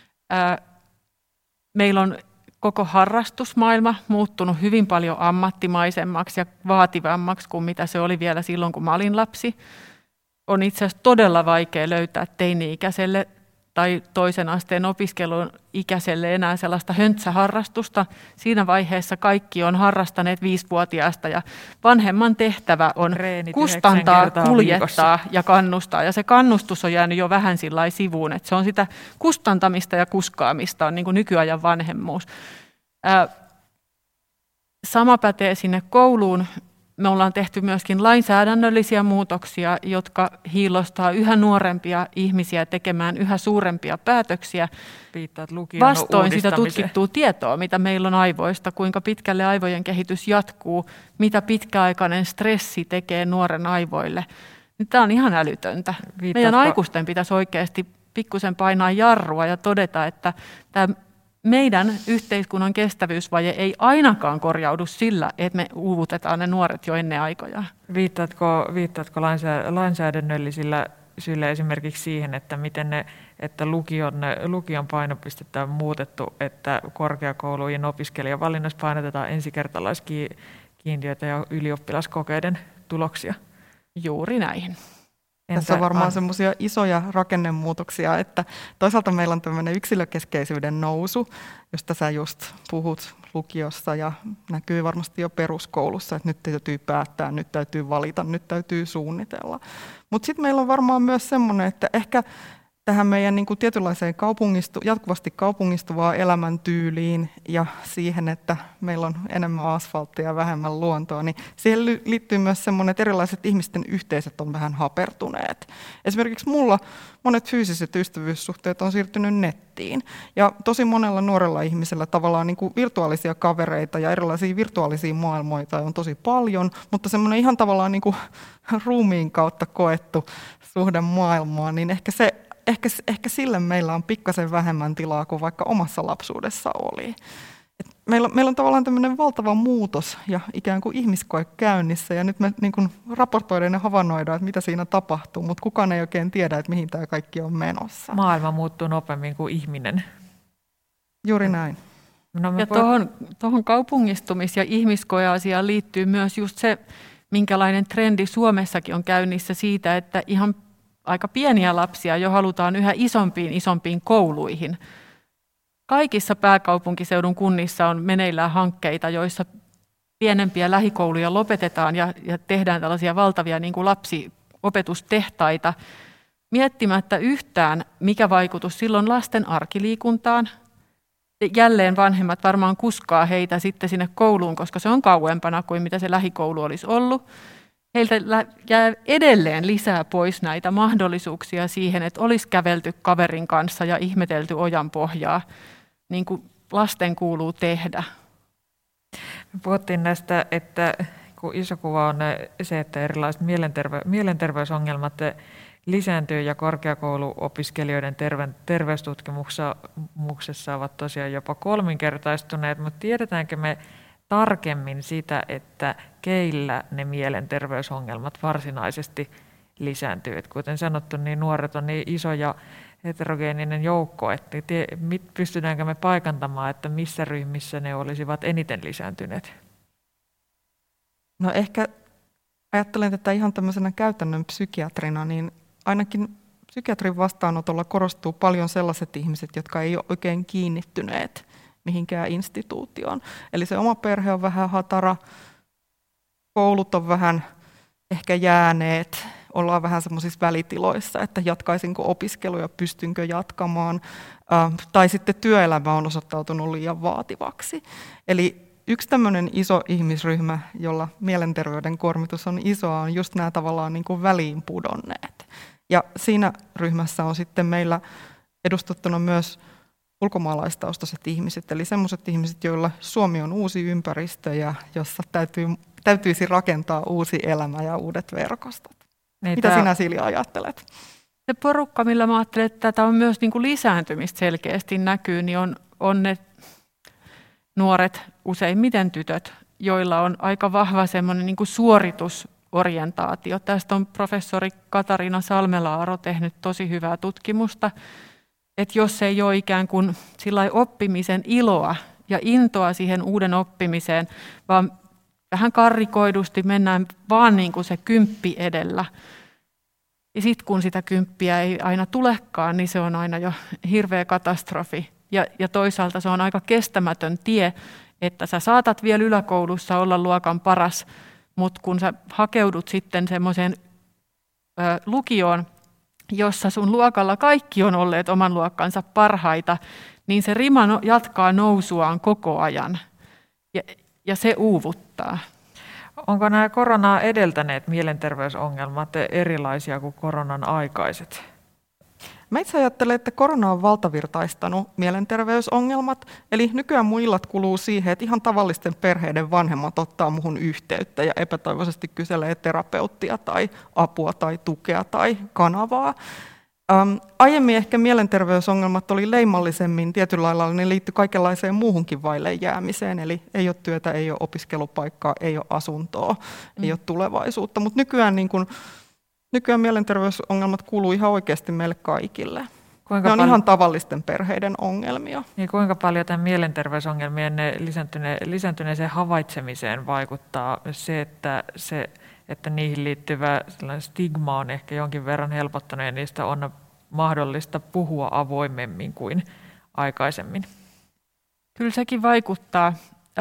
Meillä on koko harrastusmaailma muuttunut hyvin paljon ammattimaisemmaksi ja vaativammaksi kuin mitä se oli vielä silloin, kun mä olin lapsi. On itse asiassa todella vaikea löytää teini-ikäiselle tai toisen asteen opiskelun ikäiselle enää sellaista höntsäharrastusta. Siinä vaiheessa kaikki on harrastaneet 5-vuotiaasta ja vanhemman tehtävä on kustantaa, kuljettaa ja kannustaa. Ja se kannustus on jäänyt jo vähän sillai sivuun, että se on sitä kustantamista ja kuskaamista on niin kuin nykyajan vanhemmuus. Sama pätee sinne kouluun. Me ollaan tehty myöskin lainsäädännöllisiä muutoksia, jotka hiillostaa yhä nuorempia ihmisiä tekemään yhä suurempia päätöksiä vastoin sitä tutkittua tietoa, mitä meillä on aivoista, kuinka pitkälle aivojen kehitys jatkuu, mitä pitkäaikainen stressi tekee nuoren aivoille. Tämä on ihan älytöntä. Meidän aikuisten pitäisi oikeasti pikkusen painaa jarrua ja todeta, että tämä meidän yhteiskunnan kestävyysvaje ei ainakaan korjaudu sillä, että me uuvutetaan ne nuoret jo ennen aikojaan. Viittaatko lainsäädännöllisillä syillä esimerkiksi siihen, että miten että lukion painopistettä on muutettu, että korkeakoulujen opiskelijavalinnassa painotetaan ensikertalaiskiintiöitä ja ylioppilaskokeiden tuloksia? Juuri näin. Tässä on varmaan semmoisia isoja rakennemuutoksia, että toisaalta meillä on tämmöinen yksilökeskeisyyden nousu, josta sä just puhut lukiossa ja näkyy varmasti jo peruskoulussa, että nyt täytyy päättää, nyt täytyy valita, nyt täytyy suunnitella. Mutta sitten meillä on varmaan myös semmoinen, että ehkä tähän meidän niin kuin tietynlaiseen jatkuvasti kaupungistuvaan elämäntyyliin ja siihen, että meillä on enemmän asfalttia ja vähemmän luontoa, niin siihen liittyy myös semmoinen, että erilaiset ihmisten yhteisöt on vähän hapertuneet. Esimerkiksi mulla monet fyysiset ystävyyssuhteet on siirtynyt nettiin ja tosi monella nuorella ihmisellä tavallaan niin kuin virtuaalisia kavereita ja erilaisia virtuaalisia maailmoita on tosi paljon, mutta semmoinen ihan tavallaan niin kuin ruumiin kautta koettu suhde maailmaan, niin Ehkä sille meillä on pikkasen vähemmän tilaa kuin vaikka omassa lapsuudessa oli. Meillä on tavallaan tämmöinen valtava muutos ja ikään kuin ihmiskoe käynnissä ja nyt me niin kuin raportoidaan ja havainnoidaan, että mitä siinä tapahtuu, mutta kukaan ei oikein tiedä, että mihin tämä kaikki on menossa. Maailma muuttuu nopeammin kuin ihminen. Juuri näin. Ja tuohon kaupungistumis- ja ihmiskoeasiaan liittyy myös just se, minkälainen trendi Suomessakin on käynnissä siitä, että ihan aika pieniä lapsia jo halutaan yhä isompiin kouluihin. Kaikissa pääkaupunkiseudun kunnissa on meneillään hankkeita, joissa pienempiä lähikouluja lopetetaan ja tehdään tällaisia valtavia niin kuin lapsiopetustehtaita, miettimättä yhtään, mikä vaikutus silloin lasten arkiliikuntaan. Jälleen vanhemmat varmaan kuskaa heitä sitten sinne kouluun, koska se on kauempana kuin mitä se lähikoulu olisi ollut. Heiltä jää edelleen lisää pois näitä mahdollisuuksia siihen, että olisi kävelty kaverin kanssa ja ihmetelty ojan pohjaa, niin kuin lasten kuuluu tehdä. Me puhuttiin näistä, että kun iso kuva on se, että erilaiset mielenterveysongelmat lisääntyy ja korkeakouluopiskelijoiden terveystutkimuksessa ovat tosiaan jopa 3-kertaistuneet, mutta tiedetäänkö me tarkemmin sitä, että keillä ne mielenterveysongelmat varsinaisesti lisääntyy. Et kuten sanottu, niin nuoret on niin iso ja heterogeeninen joukko, että pystytäänkö me paikantamaan, että missä ryhmissä ne olisivat eniten lisääntyneet? No ehkä ajattelen tätä ihan tämmöisenä käytännön psykiatrina, niin ainakin psykiatrin vastaanotolla korostuu paljon sellaiset ihmiset, jotka ei ole oikein kiinnittyneet mihinkään instituutioon. Eli se oma perhe on vähän hatara, koulut on vähän ehkä jääneet, ollaan vähän semmoisissa välitiloissa, että jatkaisinko opiskeluja, pystynkö jatkamaan, tai sitten työelämä on osoittautunut liian vaativaksi. Eli yksi tämmöinen iso ihmisryhmä, jolla mielenterveyden kuormitus on isoa, on just nämä tavallaan niin kuin väliin pudonneet. Ja siinä ryhmässä on sitten meillä edustettuna myös ulkomaalaistaustaiset ihmiset, eli sellaiset ihmiset, joilla Suomi on uusi ympäristö ja jossa täytyisi rakentaa uusi elämä ja uudet verkostot. Mitä sinä, Silja, ajattelet? Se porukka, millä mä ajattelen, että tätä on myös niin kuin lisääntymistä selkeästi näkyy, niin on ne nuoret, useimmiten tytöt, joilla on aika vahva semmoinen niin kuin suoritusorientaatio. Tästä on professori Katariina Salmela-Aro tehnyt tosi hyvää tutkimusta, että jos ei ole ikään kuin sillai oppimisen iloa ja intoa siihen uuden oppimiseen, vaan vähän karrikoidusti mennään vaan niin kuin se kymppi edellä. Ja sitten kun sitä kymppiä ei aina tulekaan, niin se on aina jo hirveä katastrofi. Ja toisaalta se on aika kestämätön tie, että sä saatat vielä yläkoulussa olla luokan paras, mutta kun sä hakeudut sitten semmoiseen lukioon, jossa sun luokalla kaikki on olleet oman luokkansa parhaita, niin se rima jatkaa nousuaan koko ajan ja se uuvuttaa. Onko nämä koronaa edeltäneet mielenterveysongelmat erilaisia kuin koronan aikaiset? Mä itse ajattelen, että korona on valtavirtaistanut mielenterveysongelmat, eli nykyään mun illat kuluu siihen, että ihan tavallisten perheiden vanhemmat ottaa muhun yhteyttä ja epätoivoisesti kyselee terapeuttia tai apua tai tukea tai kanavaa. Aiemmin ehkä mielenterveysongelmat oli leimallisemmin, tietyllä lailla ne liittyi kaikenlaiseen muuhunkin vaille jäämiseen, eli ei ole työtä, ei ole opiskelupaikkaa, ei ole asuntoa, ei ole tulevaisuutta, mutta nykyään mielenterveysongelmat kuuluu ihan oikeasti meille kaikille. Ne on ihan tavallisten perheiden ongelmia. Niin kuinka paljon tämän mielenterveysongelmien lisääntyneeseen havaitsemiseen vaikuttaa se, että niihin liittyvä stigma on ehkä jonkin verran helpottanut ja niistä on mahdollista puhua avoimemmin kuin aikaisemmin? Kyllä sekin vaikuttaa.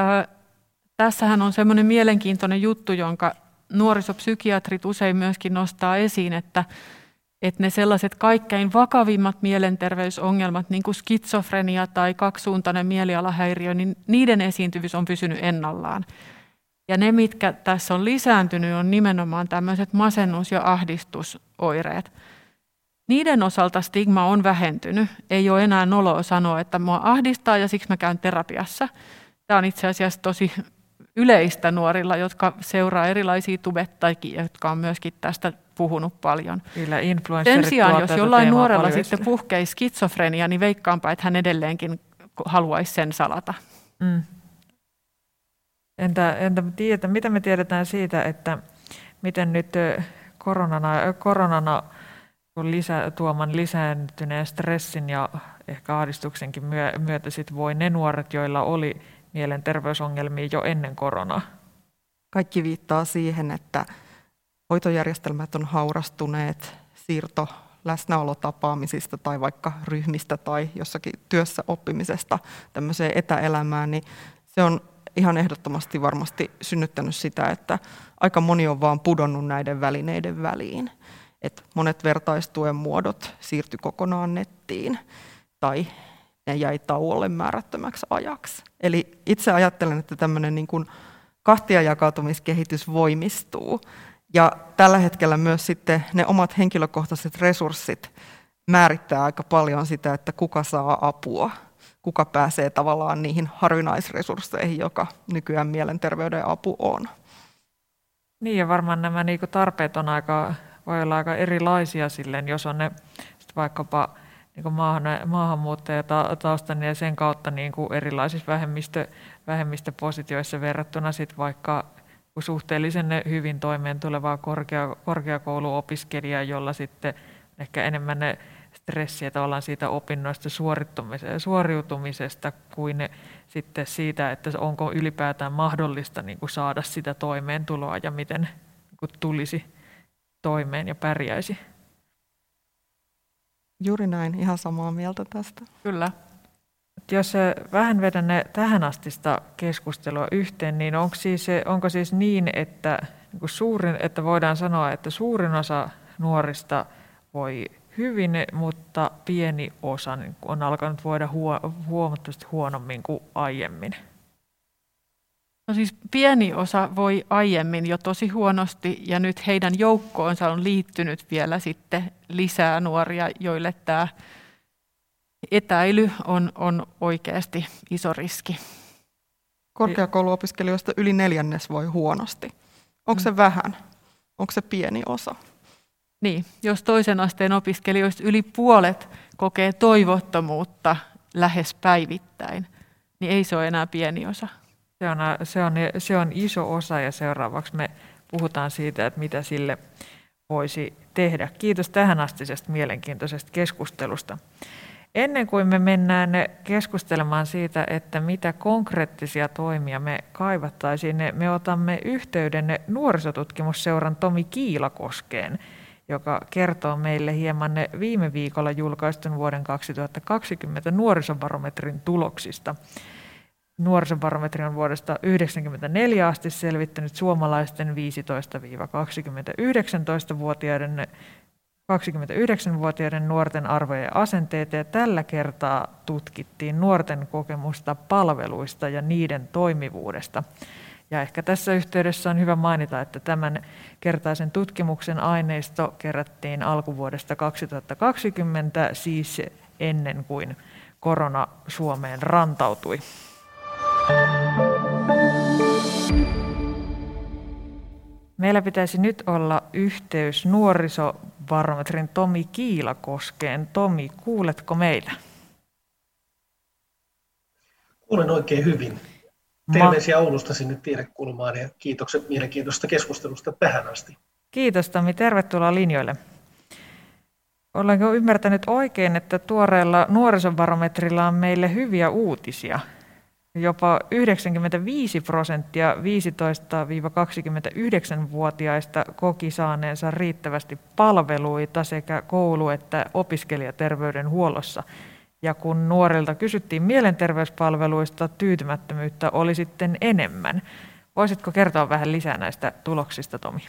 Tässähän on semmoinen mielenkiintoinen juttu, jonka nuorisopsykiatrit usein myöskin nostaa esiin, että ne sellaiset kaikkein vakavimmat mielenterveysongelmat, niin kuin skitsofrenia tai kaksisuuntainen mielialahäiriö, niin niiden esiintyvyys on pysynyt ennallaan. Ja ne, mitkä tässä on lisääntynyt, on nimenomaan tämmöiset masennus- ja ahdistusoireet. Niiden osalta stigma on vähentynyt. Ei ole enää noloa sanoa, että mua ahdistaa ja siksi mä käyn terapiassa. Tämä on itse asiassa tosi yleistä nuorilla, jotka seuraa erilaisia tubettajia, jotka on myöskin tästä puhunut paljon. Sen sijaan, jos jollain nuorella sitten puhkeisi skitsofrenia, niin veikkaanpa, että hän edelleenkin haluaisi sen salata. Mm. Entä mitä me tiedetään siitä, että miten nyt koronana tuoman lisääntyneen stressin ja ehkä ahdistuksenkin myötä sit voi ne nuoret, joilla oli mielenterveysongelmia jo ennen koronaa? Kaikki viittaa siihen, että hoitojärjestelmät on haurastuneet, siirto läsnäolotapaamisista tai vaikka ryhmistä tai jossakin työssä oppimisesta tämmöiseen etäelämään, niin se on ihan ehdottomasti varmasti synnyttänyt sitä, että aika moni on vaan pudonnut näiden välineiden väliin. Et monet vertaistuen muodot siirtyi kokonaan nettiin tai ne jäi tauolle määrättömäksi ajaksi. Eli itse ajattelen, että tämmöinen niin kuin kahtiajakautumiskehitys voimistuu. Ja tällä hetkellä myös sitten ne omat henkilökohtaiset resurssit määrittää aika paljon sitä, että kuka saa apua, kuka pääsee tavallaan niihin harvinaisresursseihin, joka nykyään mielenterveyden apu on. Niin ja varmaan nämä niinku tarpeet voi olla aika erilaisia silleen, jos on ne vaikkapa niinku maahanmuuttajataustan ja sen kautta niinku erilaisissa vähemmistöpositioissa verrattuna sit vaikka suhteellisen hyvin toimeentulevaa korkeakouluopiskelijaa, jolla sitten ehkä enemmän ne stressiä tavallaan siitä opinnoista suoriutumisesta kuin sitten siitä, että onko ylipäätään mahdollista niin kuin saada sitä toimeentuloa ja miten niin kuin tulisi toimeen ja pärjäisi. Juuri näin, ihan samaa mieltä tästä. Kyllä. Jos vähän vedän tähän astista keskustelua yhteen, niin onko siis niin, että voidaan sanoa, että suurin osa nuorista voi hyvin, mutta pieni osa on alkanut voida huomattavasti huonommin kuin aiemmin? No siis pieni osa voi aiemmin jo tosi huonosti ja nyt heidän joukkoonsa on liittynyt vielä sitten lisää nuoria, joille tämä etäily on oikeasti iso riski. Korkeakouluopiskelijoista yli 1/4 voi huonosti. Onko se vähän? Onko se pieni osa? Niin, jos toisen asteen opiskelijoista yli puolet kokee toivottomuutta lähes päivittäin, niin ei se ole enää pieni osa. Se on iso osa ja seuraavaksi me puhutaan siitä, että mitä sille voisi tehdä. Kiitos tähänastisesta mielenkiintoisesta keskustelusta. Ennen kuin me mennään keskustelemaan siitä, että mitä konkreettisia toimia me kaivattaisiin, me otamme yhteyden nuorisotutkimusseuran Tomi Kiilakoskeen, joka kertoo meille hieman viime viikolla julkaistun vuoden 2020 nuorisobarometrin tuloksista. Nuorisobarometri on vuodesta 1994 asti selvittänyt suomalaisten 15-29-vuotiaiden nuorten arvoja ja asenteita, ja tällä kertaa tutkittiin nuorten kokemusta palveluista ja niiden toimivuudesta. Ja ehkä tässä yhteydessä on hyvä mainita, että tämän kertaisen tutkimuksen aineisto kerättiin alkuvuodesta 2020, siis ennen kuin korona Suomeen rantautui. Meillä pitäisi nyt olla yhteys nuorisobarometrin Tomi Kiilakoskeen. Tomi, kuuletko meitä? Kuulen oikein hyvin. Terveisiä Oulusta sinne tiedekulmaan ja kiitokset mielenkiintoisesta keskustelusta tähän asti. Kiitos Tomi, tervetuloa linjoille. Olenko ymmärtänyt oikein, että tuoreella nuorisobarometrilla on meille hyviä uutisia? Jopa 95% 15-29-vuotiaista koki saaneensa riittävästi palveluita sekä koulu- että opiskelijaterveydenhuollossa. Ja kun nuorilta kysyttiin mielenterveyspalveluista, tyytymättömyyttä oli sitten enemmän. Voisitko kertoa vähän lisää näistä tuloksista, Tomi?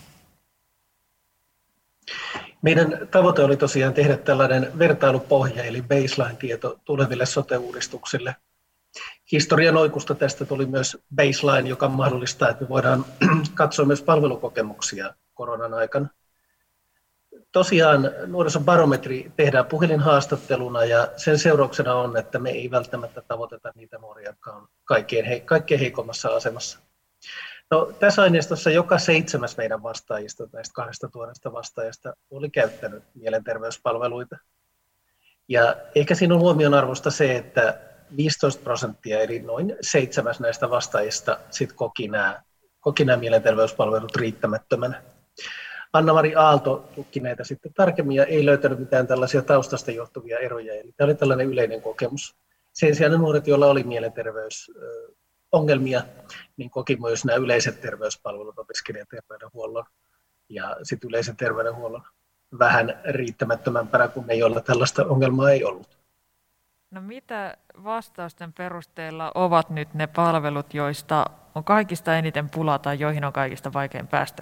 Meidän tavoite oli tosiaan tehdä tällainen vertailupohja, eli baseline-tieto tuleville sote-uudistuksille. Historian oikusta tästä tuli myös baseline, joka mahdollistaa, että me voidaan katsoa myös palvelukokemuksia koronan aikana. Tosiaan nuorisobarometri tehdään puhelinhaastatteluna ja sen seurauksena on, että me ei välttämättä tavoiteta niitä nuoria, jotka on kaikkein heikommassa asemassa. No, tässä aineistossa joka 7. meidän vastaajista, näistä 2000 vastaajasta, oli käyttänyt mielenterveyspalveluita. Ja ehkä siinä on huomionarvoista se, että 15% eli noin 7 näistä vastaajista sit koki nämä mielenterveyspalvelut riittämättömänä. Anna-Mari Aalto tutki näitä sitten tarkemmin ja ei löytänyt mitään tällaisia taustasta johtuvia eroja. Eli tämä oli tällainen yleinen kokemus. Sen sijaan ne nuoret, joilla oli mielenterveysongelmia, niin koki myös nämä yleiset terveyspalvelut, opiskelijaterveydenhuollon ja sitten yleisen terveydenhuollon vähän riittämättömämpänä kuin ne, joilla tällaista ongelmaa ei ollut. No mitä vastausten perusteella ovat nyt ne palvelut, joista on kaikista eniten pulaa tai joihin on kaikista vaikein päästä?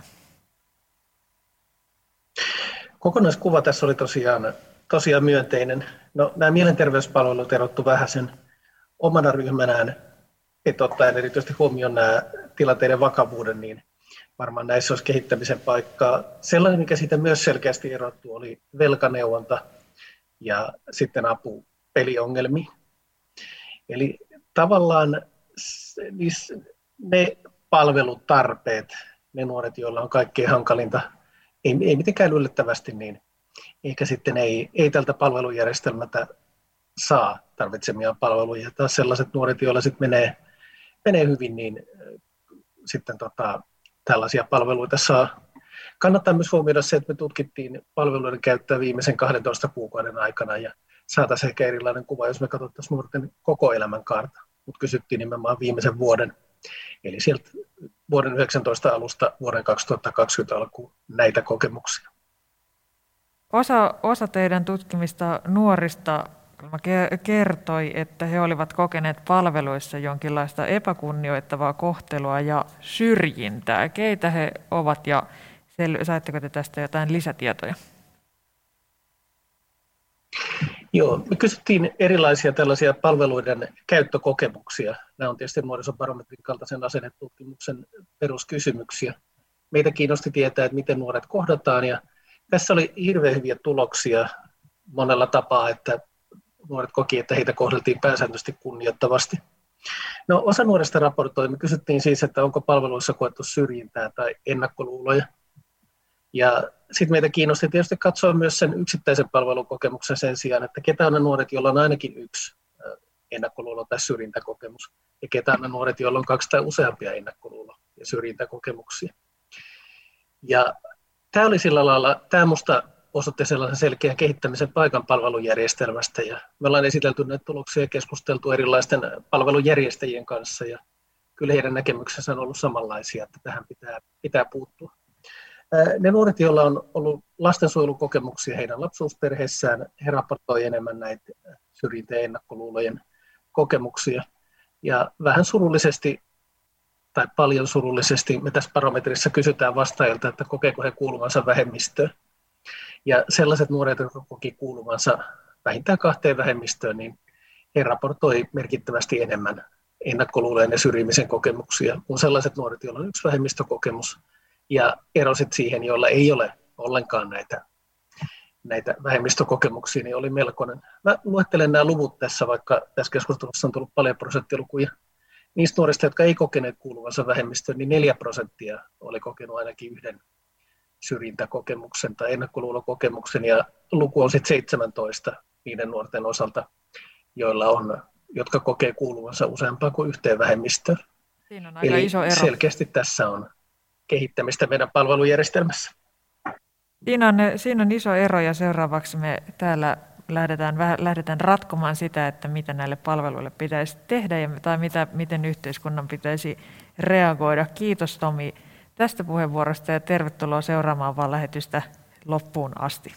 Kokonaiskuva tässä oli tosiaan myönteinen. No, nämä mielenterveyspalvelut erottu vähän sen omana ryhmänään, että ottaen erityisesti huomioon nämä tilanteiden vakavuuden, niin varmaan näissä olisi kehittämisen paikkaa. Sellainen, mikä siitä myös selkeästi erottu, oli velkaneuvonta ja sitten apu peliongelmiin. Eli tavallaan ne palvelutarpeet, ne nuoret, joilla on kaikkein hankalinta, ei mitenkään yllättävästi, niin ehkä sitten ei tältä palvelujärjestelmältä saa tarvitsemia palveluja. Ja taas sellaiset nuoret, joilla sitten menee hyvin, niin sitten tällaisia palveluita saa. Kannattaa myös huomioida se, että me tutkittiin palveluiden käyttöä viimeisen 12 kuukauden aikana ja saataisiin ehkä erilainen kuva, jos me katsottaisiin nuorten koko elämänkaarta, mutta kysyttiin nimenomaan viimeisen vuoden, eli sieltä vuoden 19 alusta vuoden 2020 alkuun näitä kokemuksia. Osa teidän tutkimista nuorista kertoi, että he olivat kokeneet palveluissa jonkinlaista epäkunnioittavaa kohtelua ja syrjintää. Keitä he ovat ja saitteko te tästä jotain lisätietoja? Joo, me kysyttiin erilaisia tällaisia palveluiden käyttökokemuksia. Nämä on tietysti nuorisobarometrin kaltaisen asennetutkimuksen peruskysymyksiä. Meitä kiinnosti tietää, että miten nuoret kohdataan, ja tässä oli hirveän hyviä tuloksia monella tapaa, että nuoret koki, että heitä kohdeltiin pääsääntöisesti kunnioittavasti. No, osa nuorista raportoi, me kysyttiin siis, että onko palveluissa koettu syrjintää tai ennakkoluuloja. Ja sitten meitä kiinnosti tietysti katsoa myös sen yksittäisen palvelukokemuksen sen sijaan, että ketä on ne nuoret, joilla on ainakin yksi ennakkoluulo tai syrjintäkokemus, ja ketä on ne nuoret, joilla on 2 tai useampia ennakkoluulo- ja syrjintäkokemuksia. Ja tämä oli sillä lailla, tämä musta osoitti sellaisen selkeän kehittämisen paikan palvelujärjestelmästä, ja me ollaan esitelty näitä tuloksia ja keskusteltu erilaisten palvelujärjestäjien kanssa, ja kyllä heidän näkemyksensä on ollut samanlaisia, että tähän pitää puuttua. Ne nuoret, joilla on ollut lastensuojelukokemuksia heidän lapsuusperheissään, he raportoi enemmän näitä syrjintä- ja ennakkoluulojen kokemuksia. Ja vähän surullisesti tai paljon surullisesti me tässä barometrissa kysytään vastaajilta, että kokeeko he kuuluvansa vähemmistöön. Ja sellaiset nuoret, jotka koki kuuluvansa vähintään 2 vähemmistöön, niin he raportoi merkittävästi enemmän ennakkoluulojen ja syrjimisen kokemuksia kuin sellaiset nuoret, joilla on 1 vähemmistökokemus. Ja ero sitten siihen, joilla ei ole ollenkaan näitä vähemmistökokemuksia, niin oli melkoinen. Mä luettelen nämä luvut tässä, vaikka tässä keskustelussa on tullut paljon prosenttilukuja. Niistä nuorista, jotka ei kokeneet kuuluvansa vähemmistöön, niin 4% oli kokenut ainakin 1 syrjintäkokemuksen tai ennakkoluulokokemuksen, ja luku on sitten 17 niiden nuorten osalta, jotka kokee kuuluvansa useampaan kuin 1 vähemmistöön. Siinä on aika iso ero. Selkeästi tässä on kehittämistä meidän palvelujärjestelmässä. Siinä on iso ero, ja seuraavaksi me täällä lähdetään ratkomaan sitä, että mitä näille palveluille pitäisi tehdä tai miten yhteiskunnan pitäisi reagoida. Kiitos Tomi tästä puheenvuorosta ja tervetuloa seuraamaan vaan lähetystä loppuun asti.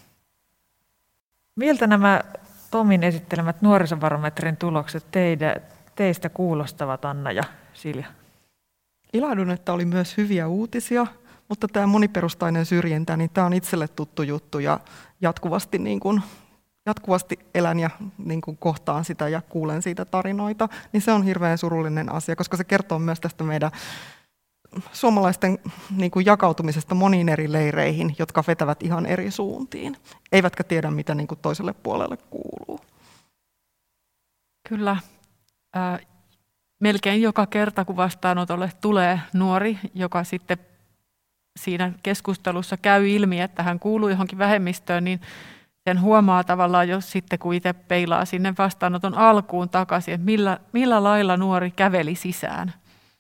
Miltä nämä Tomin esittelemät nuorisobarometrin tulokset teistä kuulostavat, Anna ja Silja? Ilahdun, että oli myös hyviä uutisia, mutta tämä moniperustainen syrjintä, niin tämä on itselle tuttu juttu ja jatkuvasti elän ja kohtaan sitä ja kuulen siitä tarinoita, niin se on hirveän surullinen asia, koska se kertoo myös tästä meidän suomalaisten jakautumisesta moniin eri leireihin, jotka vetävät ihan eri suuntiin, eivätkä tiedä, mitä toiselle puolelle kuuluu. Kyllä. Melkein joka kerta, kun vastaanotolle tulee nuori, joka sitten siinä keskustelussa käy ilmi, että hän kuuluu johonkin vähemmistöön, niin sen huomaa tavallaan, jos sitten kun itse peilaa sinne vastaanoton alkuun takaisin, että millä lailla nuori käveli sisään.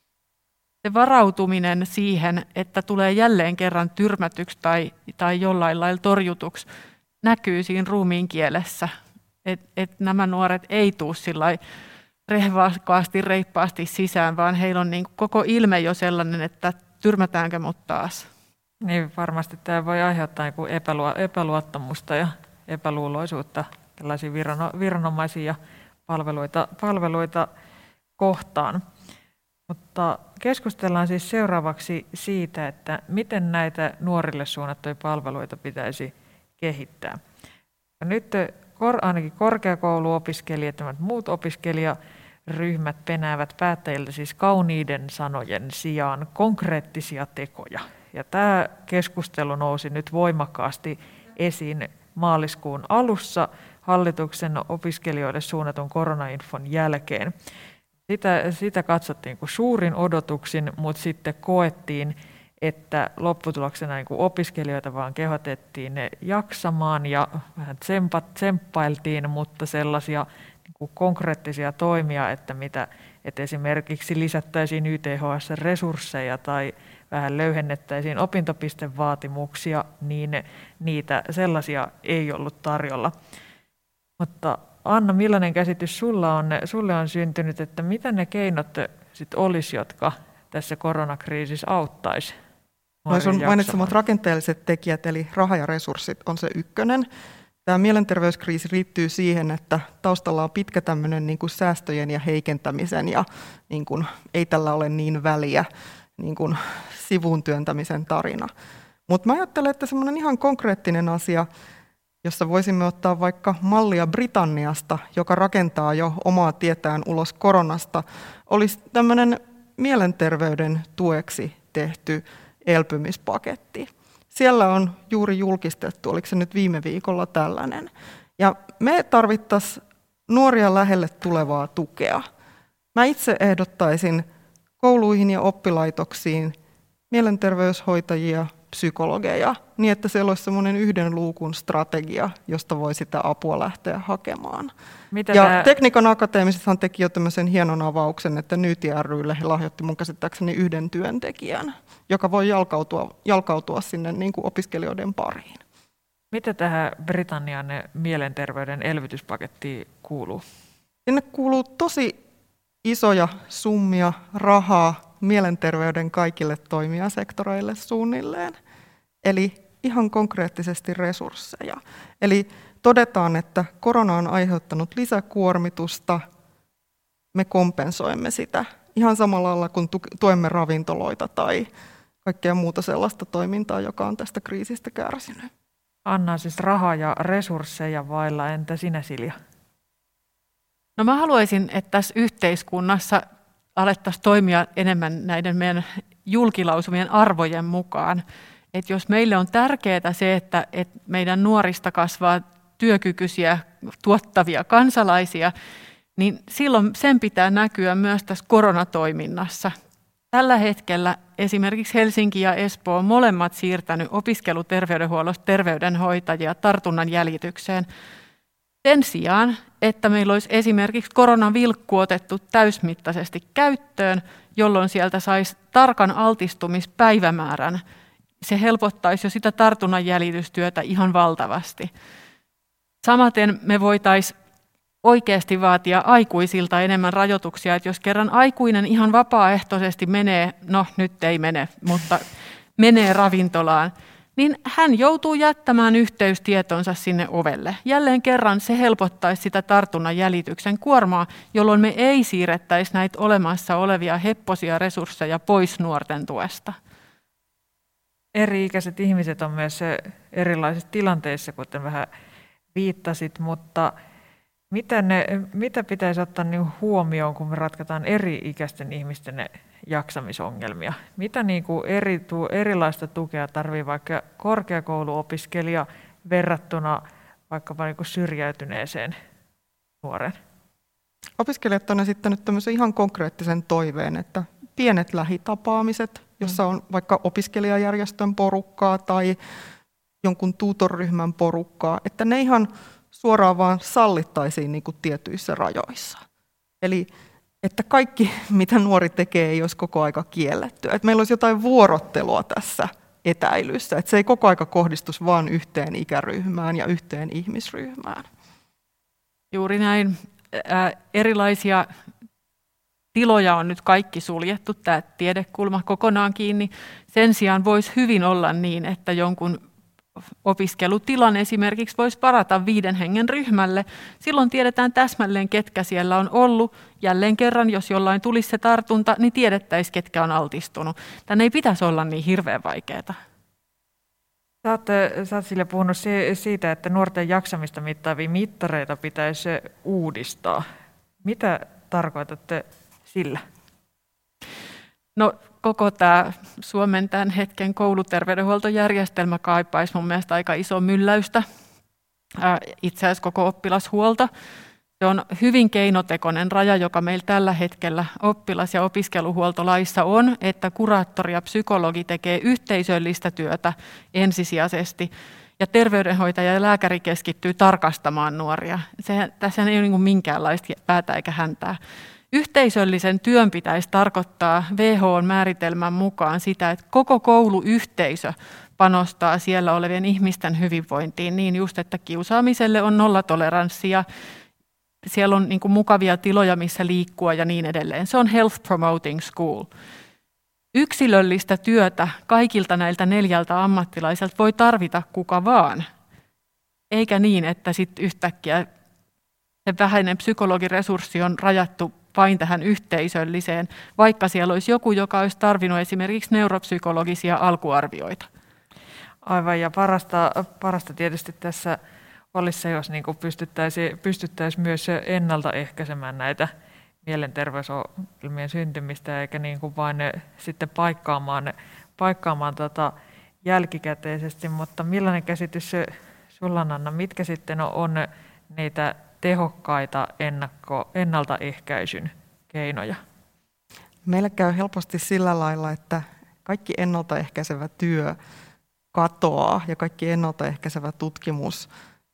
Se varautuminen siihen, että tulee jälleen kerran tyrmätyksi tai jollain lailla torjutuksi, näkyy siinä ruumiin kielessä. Että nämä nuoret ei tule sillai rehvaasti, reippaasti sisään, vaan heillä on koko ilme jo sellainen, että tyrmätäänkö mut taas. Niin varmasti tämä voi aiheuttaa epäluottamusta ja epäluuloisuutta tällaisia viranomaisia ja palveluita kohtaan. Mutta keskustellaan siis seuraavaksi siitä, että miten näitä nuorille suunnattuja palveluita pitäisi kehittää. Ja nyt ainakin korkeakouluopiskelijat ja muut opiskelijaryhmät penäävät päättäjiltä siis kauniiden sanojen sijaan konkreettisia tekoja. Ja tämä keskustelu nousi nyt voimakkaasti esiin maaliskuun alussa hallituksen opiskelijoille suunnatun koronainfon jälkeen. Sitä katsottiin kuin suurin odotuksin, mutta sitten koettiin, että lopputuloksena opiskelijoita vaan kehotettiin ne jaksamaan ja vähän tsemppailtiin, mutta sellaisia konkreettisia toimia, että esimerkiksi lisättäisiin YTHS-resursseja tai vähän löyhennettäisiin opintopistevaatimuksia, niin niitä sellaisia ei ollut tarjolla. Mutta Anna, millainen käsitys sulle on syntynyt, että mitä ne keinot sit olisi, jotka tässä koronakriisissä auttaisi? Sun mainitsemat rakenteelliset tekijät, eli raha ja resurssit, on se ykkönen. Tämä mielenterveyskriisi liittyy siihen, että taustalla on pitkä tämmöinen säästöjen ja heikentämisen ja ei tällä ole niin väliä sivuun työntämisen tarina. Mutta mä ajattelen, että semmoinen ihan konkreettinen asia, jossa voisimme ottaa vaikka mallia Britanniasta, joka rakentaa jo omaa tietään ulos koronasta, olisi tämmöinen mielenterveyden tueksi tehty elpymispaketti. Siellä on juuri julkistettu, oliko se nyt viime viikolla tällainen. Ja me tarvittaisiin nuoria lähelle tulevaa tukea. Mä itse ehdottaisin kouluihin ja oppilaitoksiin mielenterveyshoitajia, psykologeja, niin että siellä olisi semmoinen yhden luukun strategia, josta voi sitä apua lähteä hakemaan. Tekniikan Akateemisethan teki jo tämmöisen hienon avauksen, että Nyti ry:lle he lahjoitti mun käsittääkseni yhden työntekijän, joka voi jalkautua sinne niin kuin opiskelijoiden pariin. Mitä tähän Britannian mielenterveyden elvytyspakettiin kuuluu? Sinne kuuluu tosi isoja summia rahaa mielenterveyden kaikille toimijasektoreille suunnilleen. Eli ihan konkreettisesti resursseja. Eli todetaan, että korona on aiheuttanut lisäkuormitusta, me kompensoimme sitä ihan samalla lailla kuin tuemme ravintoloita tai kaikkea muuta sellaista toimintaa, joka on tästä kriisistä kärsinyt. Anna siis rahaa ja resursseja vailla, entä sinä Silja? No mä haluaisin, että tässä yhteiskunnassa alettaisiin toimia enemmän näiden meidän julkilausumien arvojen mukaan. Että jos meille on tärkeää se, että meidän nuorista kasvaa työkykyisiä, tuottavia kansalaisia, niin silloin sen pitää näkyä myös tässä koronatoiminnassa. Tällä hetkellä esimerkiksi Helsinki ja Espoo on molemmat siirtänyt opiskeluterveydenhuollosta terveydenhoitajia tartunnan jäljitykseen. Sen sijaan, että meillä olisi esimerkiksi koronavilkku otettu täysmittaisesti käyttöön, jolloin sieltä saisi tarkan altistumispäivämäärän, se helpottaisi jo sitä tartunnan jäljitystyötä ihan valtavasti. Samaten me voitaisiin oikeasti vaatia aikuisilta enemmän rajoituksia, että jos kerran aikuinen ihan vapaaehtoisesti menee, no nyt ei mene, mutta menee ravintolaan, niin hän joutuu jättämään yhteystietonsa sinne ovelle. Jälleen kerran se helpottaisi sitä tartunnan jäljityksen kuormaa, jolloin me ei siirrettäisi näitä olemassa olevia hepposia resursseja pois nuorten tuesta. Eri-ikäiset ihmiset on myös erilaisissa tilanteissa, kuten vähän viittasit, mutta mitä pitäisi ottaa huomioon, kun me ratkataan eri-ikäisten ihmisten jaksamisongelmia? Mitä erilaista tukea tarvitsee vaikka korkeakouluopiskelija verrattuna vaikkapa syrjäytyneeseen nuoreen? Opiskelijat on esittänyt tämmöisen ihan konkreettisen toiveen, että pienet lähitapaamiset, jossa on vaikka opiskelijajärjestön porukkaa tai jonkun tutorryhmän porukkaa, että ne ihan suoraan vaan sallittaisiin niin kuin tietyissä rajoissa. Eli että kaikki, mitä nuori tekee, ei olisi koko aika kiellettyä. Että meillä olisi jotain vuorottelua tässä etäilyssä, että se ei koko aika kohdistuisi vain yhteen ikäryhmään ja yhteen ihmisryhmään. Juuri näin. Erilaisia tiloja on nyt kaikki suljettu, tämä tiedekulma kokonaan kiinni. Sen sijaan voisi hyvin olla niin, että jonkun opiskelutilan esimerkiksi voisi varata 5 hengen ryhmälle. Silloin tiedetään täsmälleen, ketkä siellä on ollut. Jälleen kerran, jos jollain tulisi se tartunta, niin tiedettäisiin, ketkä on altistunut. Tänne ei pitäisi olla niin hirveän vaikeaa. Sä oot Silja puhunut siitä, että nuorten jaksamista mittaavia mittareita pitäisi uudistaa. Mitä tarkoitatte sillä? No, koko tämä Suomen tämän hetken kouluterveydenhuoltojärjestelmä kaipaisi mun mielestä aika iso mylläystä. Itse asiassa koko oppilashuolto. Se on hyvin keinotekoinen raja, joka meillä tällä hetkellä oppilas- ja opiskeluhuoltolaissa on, että kuraattori ja psykologi tekee yhteisöllistä työtä ensisijaisesti ja terveydenhoitaja ja lääkäri keskittyy tarkastamaan nuoria. Tässä ei ole niin kuin minkäänlaista päätä eikä häntää. Yhteisöllisen työn pitäisi tarkoittaa WHO:n määritelmän mukaan sitä, että koko kouluyhteisö panostaa siellä olevien ihmisten hyvinvointiin niin just, että kiusaamiselle on nollatoleranssi ja siellä on niin kuin mukavia tiloja, missä liikkua ja niin edelleen. Se on Health Promoting School. Yksilöllistä työtä kaikilta näiltä 4 ammattilaiselta voi tarvita kuka vaan, eikä niin, että sitten yhtäkkiä se vähäinen psykologiresurssi on rajattu vain tähän yhteisölliseen, vaikka siellä olisi joku, joka olisi tarvinnut esimerkiksi neuropsykologisia alkuarvioita. Aivan, ja parasta tietysti tässä olisi se, jos pystyttäisiin myös ennaltaehkäisemään näitä mielenterveysongelmien syntymistä, eikä niin kuin vain sitten paikkaamaan jälkikäteisesti. Mutta millainen käsitys sulla on, Anna, mitkä sitten on niitä tehokkaita ennaltaehkäisyn keinoja? Meillä käy helposti sillä lailla, että kaikki ennaltaehkäisevä työ katoaa ja kaikki ennaltaehkäisevä tutkimus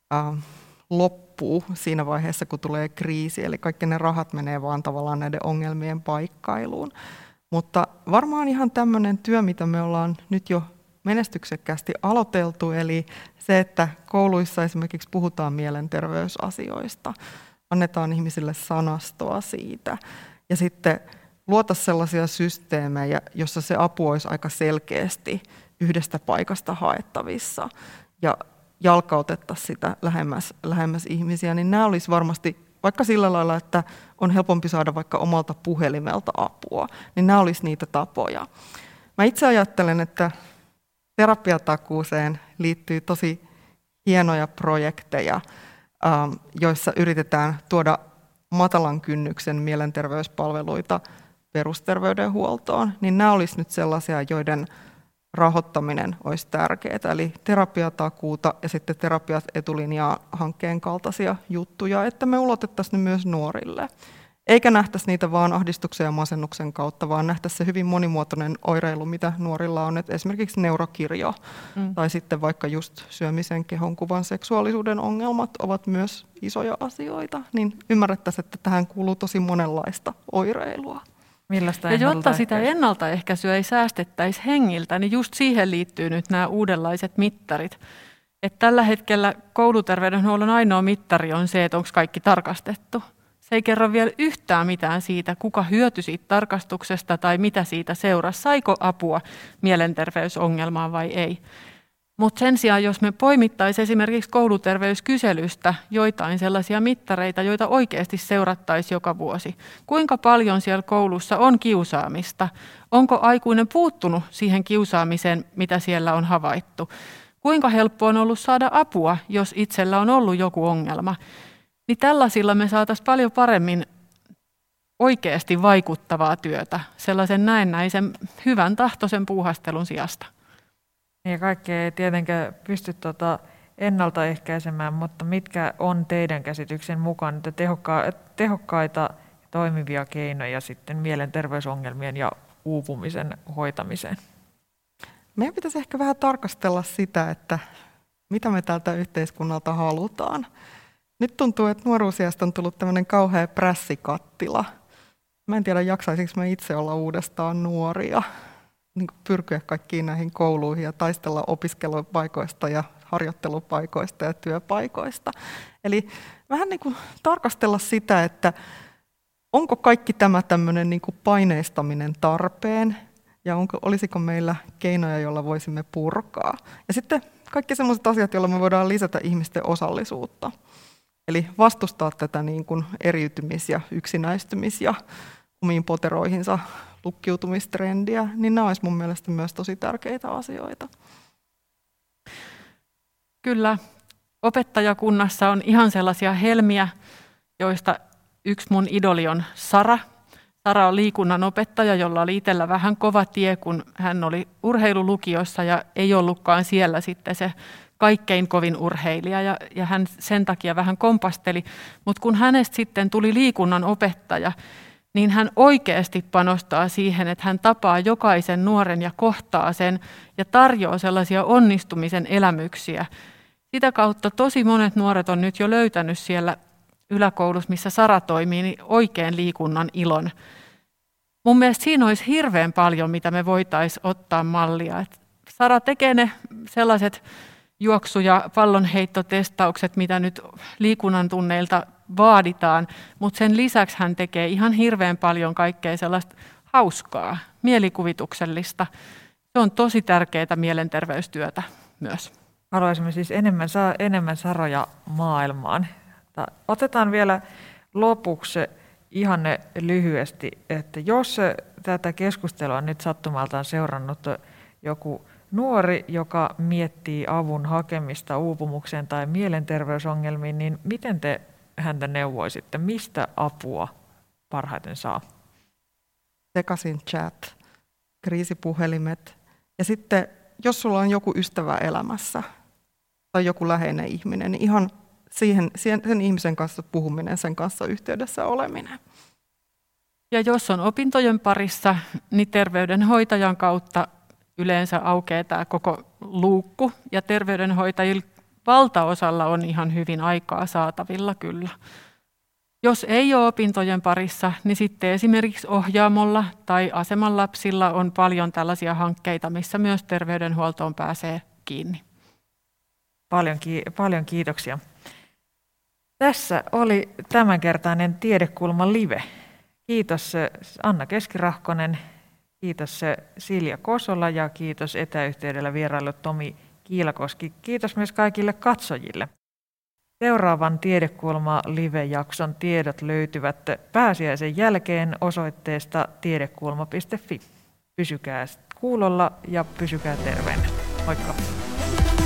loppuu siinä vaiheessa, kun tulee kriisi. Eli kaikki ne rahat menee vaan tavallaan näiden ongelmien paikkailuun. Mutta varmaan ihan tämmöinen työ, mitä me ollaan nyt jo menestyksekkäästi aloiteltu, eli se, että kouluissa esimerkiksi puhutaan mielenterveysasioista, annetaan ihmisille sanastoa siitä ja sitten luota sellaisia systeemejä, jossa se apu olisi aika selkeästi yhdestä paikasta haettavissa ja jalkautettaisiin sitä lähemmäs ihmisiä, niin nämä olisi varmasti vaikka sillä lailla, että on helpompi saada vaikka omalta puhelimelta apua, niin nämä olisi niitä tapoja. Mä itse ajattelen, että terapiatakuuseen liittyy tosi hienoja projekteja, joissa yritetään tuoda matalan kynnyksen mielenterveyspalveluita perusterveydenhuoltoon, niin nämä olisi nyt sellaisia, joiden rahoittaminen olisi tärkeää, eli terapiatakuuta ja sitten terapiat etulinjaa hankkeen kaltaisia juttuja, että me ulotettaisiin ne myös nuorille. Eikä nähtäisi niitä vaan ahdistuksen ja masennuksen kautta, vaan nähtäisi se hyvin monimuotoinen oireilu, mitä nuorilla on, että esimerkiksi neurokirjo tai sitten vaikka just syömisen, kehonkuvan, seksuaalisuuden ongelmat ovat myös isoja asioita, niin ymmärrettäisiin, että tähän kuuluu tosi monenlaista oireilua. Ja jotta sitä ennaltaehkäisyä ei säästettäisi hengiltä, niin just siihen liittyy nyt nämä uudenlaiset mittarit. Että tällä hetkellä kouluterveydenhuollon ainoa mittari on se, että onko kaikki tarkastettu. Se ei kerro vielä yhtään mitään siitä, kuka hyötyi siitä tarkastuksesta tai mitä siitä seurasi, saiko apua mielenterveysongelmaan vai ei. Mutta sen sijaan, jos me poimittaisiin esimerkiksi kouluterveyskyselystä joitain sellaisia mittareita, joita oikeasti seurattaisiin joka vuosi. Kuinka paljon siellä koulussa on kiusaamista? Onko aikuinen puuttunut siihen kiusaamiseen, mitä siellä on havaittu? Kuinka helppo on ollut saada apua, jos itsellä on ollut joku ongelma? Niin tällaisilla me saataisiin paljon paremmin oikeasti vaikuttavaa työtä sellaisen näennäisen hyvän tahtoisen puuhastelun sijasta. Ja kaikkea ei tietenkään pysty ennaltaehkäisemään, mutta mitkä on teidän käsityksen mukaan tehokkaita toimivia keinoja sitten mielenterveysongelmien ja uupumisen hoitamiseen? Meidän pitäisi ehkä vähän tarkastella sitä, että mitä me tältä yhteiskunnalta halutaan. Nyt tuntuu, että nuoruusiästä on tullut tämmöinen kauhea prässikattila. Mä en tiedä, jaksaisinko mä itse olla uudestaan nuoria. Niin kuin pyrkiä kaikkiin näihin kouluihin ja taistella opiskelupaikoista ja harjoittelupaikoista ja työpaikoista. Eli vähän niin kuin tarkastella sitä, että onko kaikki tämä tämmöinen niin kuin paineistaminen tarpeen ja olisiko meillä keinoja, joilla voisimme purkaa. Ja sitten kaikki sellaiset asiat, joilla me voidaan lisätä ihmisten osallisuutta. Eli vastustaa tätä niin kuin eriytymis- ja yksinäistymis- ja omiin poteroihinsa lukkiutumistrendiä, niin nämä olisi mun mielestä myös tosi tärkeitä asioita. Kyllä, opettajakunnassa on ihan sellaisia helmiä, joista yksi mun idoli on Sara. Sara on liikunnan opettaja, jolla oli itsellä vähän kova tie, kun hän oli urheilulukiossa ja ei ollutkaan siellä sitten se kaikkein kovin urheilija ja hän sen takia vähän kompasteli. Mutta kun hänestä sitten tuli liikunnan opettaja, niin hän oikeasti panostaa siihen, että hän tapaa jokaisen nuoren ja kohtaa sen ja tarjoaa sellaisia onnistumisen elämyksiä. Sitä kautta tosi monet nuoret on nyt jo löytänyt siellä yläkoulussa, missä Sara toimii, niin oikein liikunnan ilon. Mun mielestä siinä olisi hirveän paljon, mitä me voitaisiin ottaa mallia. Et Sara tekee ne sellaiset juoksu- ja pallonheittotestaukset, mitä nyt liikunnan tunneilta vaaditaan, mutta sen lisäksi hän tekee ihan hirveän paljon kaikkea sellaista hauskaa, mielikuvituksellista. Se on tosi tärkeää mielenterveystyötä myös. Haluaisimme siis enemmän Saroja maailmaan. Otetaan vielä lopuksi ihan lyhyesti, että jos tätä keskustelua on nyt sattumaltaan seurannut joku nuori, joka miettii avun hakemista uupumukseen tai mielenterveysongelmiin, niin miten te häntä neuvoisitte? Mistä apua parhaiten saa? Sekaisin chat, kriisipuhelimet ja sitten jos sulla on joku ystävä elämässä tai joku läheinen ihminen, niin ihan sen ihmisen kanssa puhuminen, sen kanssa yhteydessä oleminen. Ja jos on opintojen parissa, niin terveydenhoitajan kautta yleensä aukeaa tämä koko luukku ja terveydenhoitajilla valtaosalla on ihan hyvin aikaa saatavilla kyllä. Jos ei ole opintojen parissa, niin sitten esimerkiksi Ohjaamolla tai Aseman lapsilla on paljon tällaisia hankkeita, missä myös terveydenhuoltoon pääsee kiinni. Paljon kiitoksia. Tässä oli tämänkertainen Tiedekulma live. Kiitos Anna Keskirahkonen, kiitos Silja Kosola ja kiitos etäyhteydellä vierailut Tomi Kiilakoski. Kiitos myös kaikille katsojille. Seuraavan Tiedekulma live-jakson tiedot löytyvät pääsiäisen jälkeen osoitteesta tiedekulma.fi. Pysykää kuulolla ja pysykää terveenä. Moikka!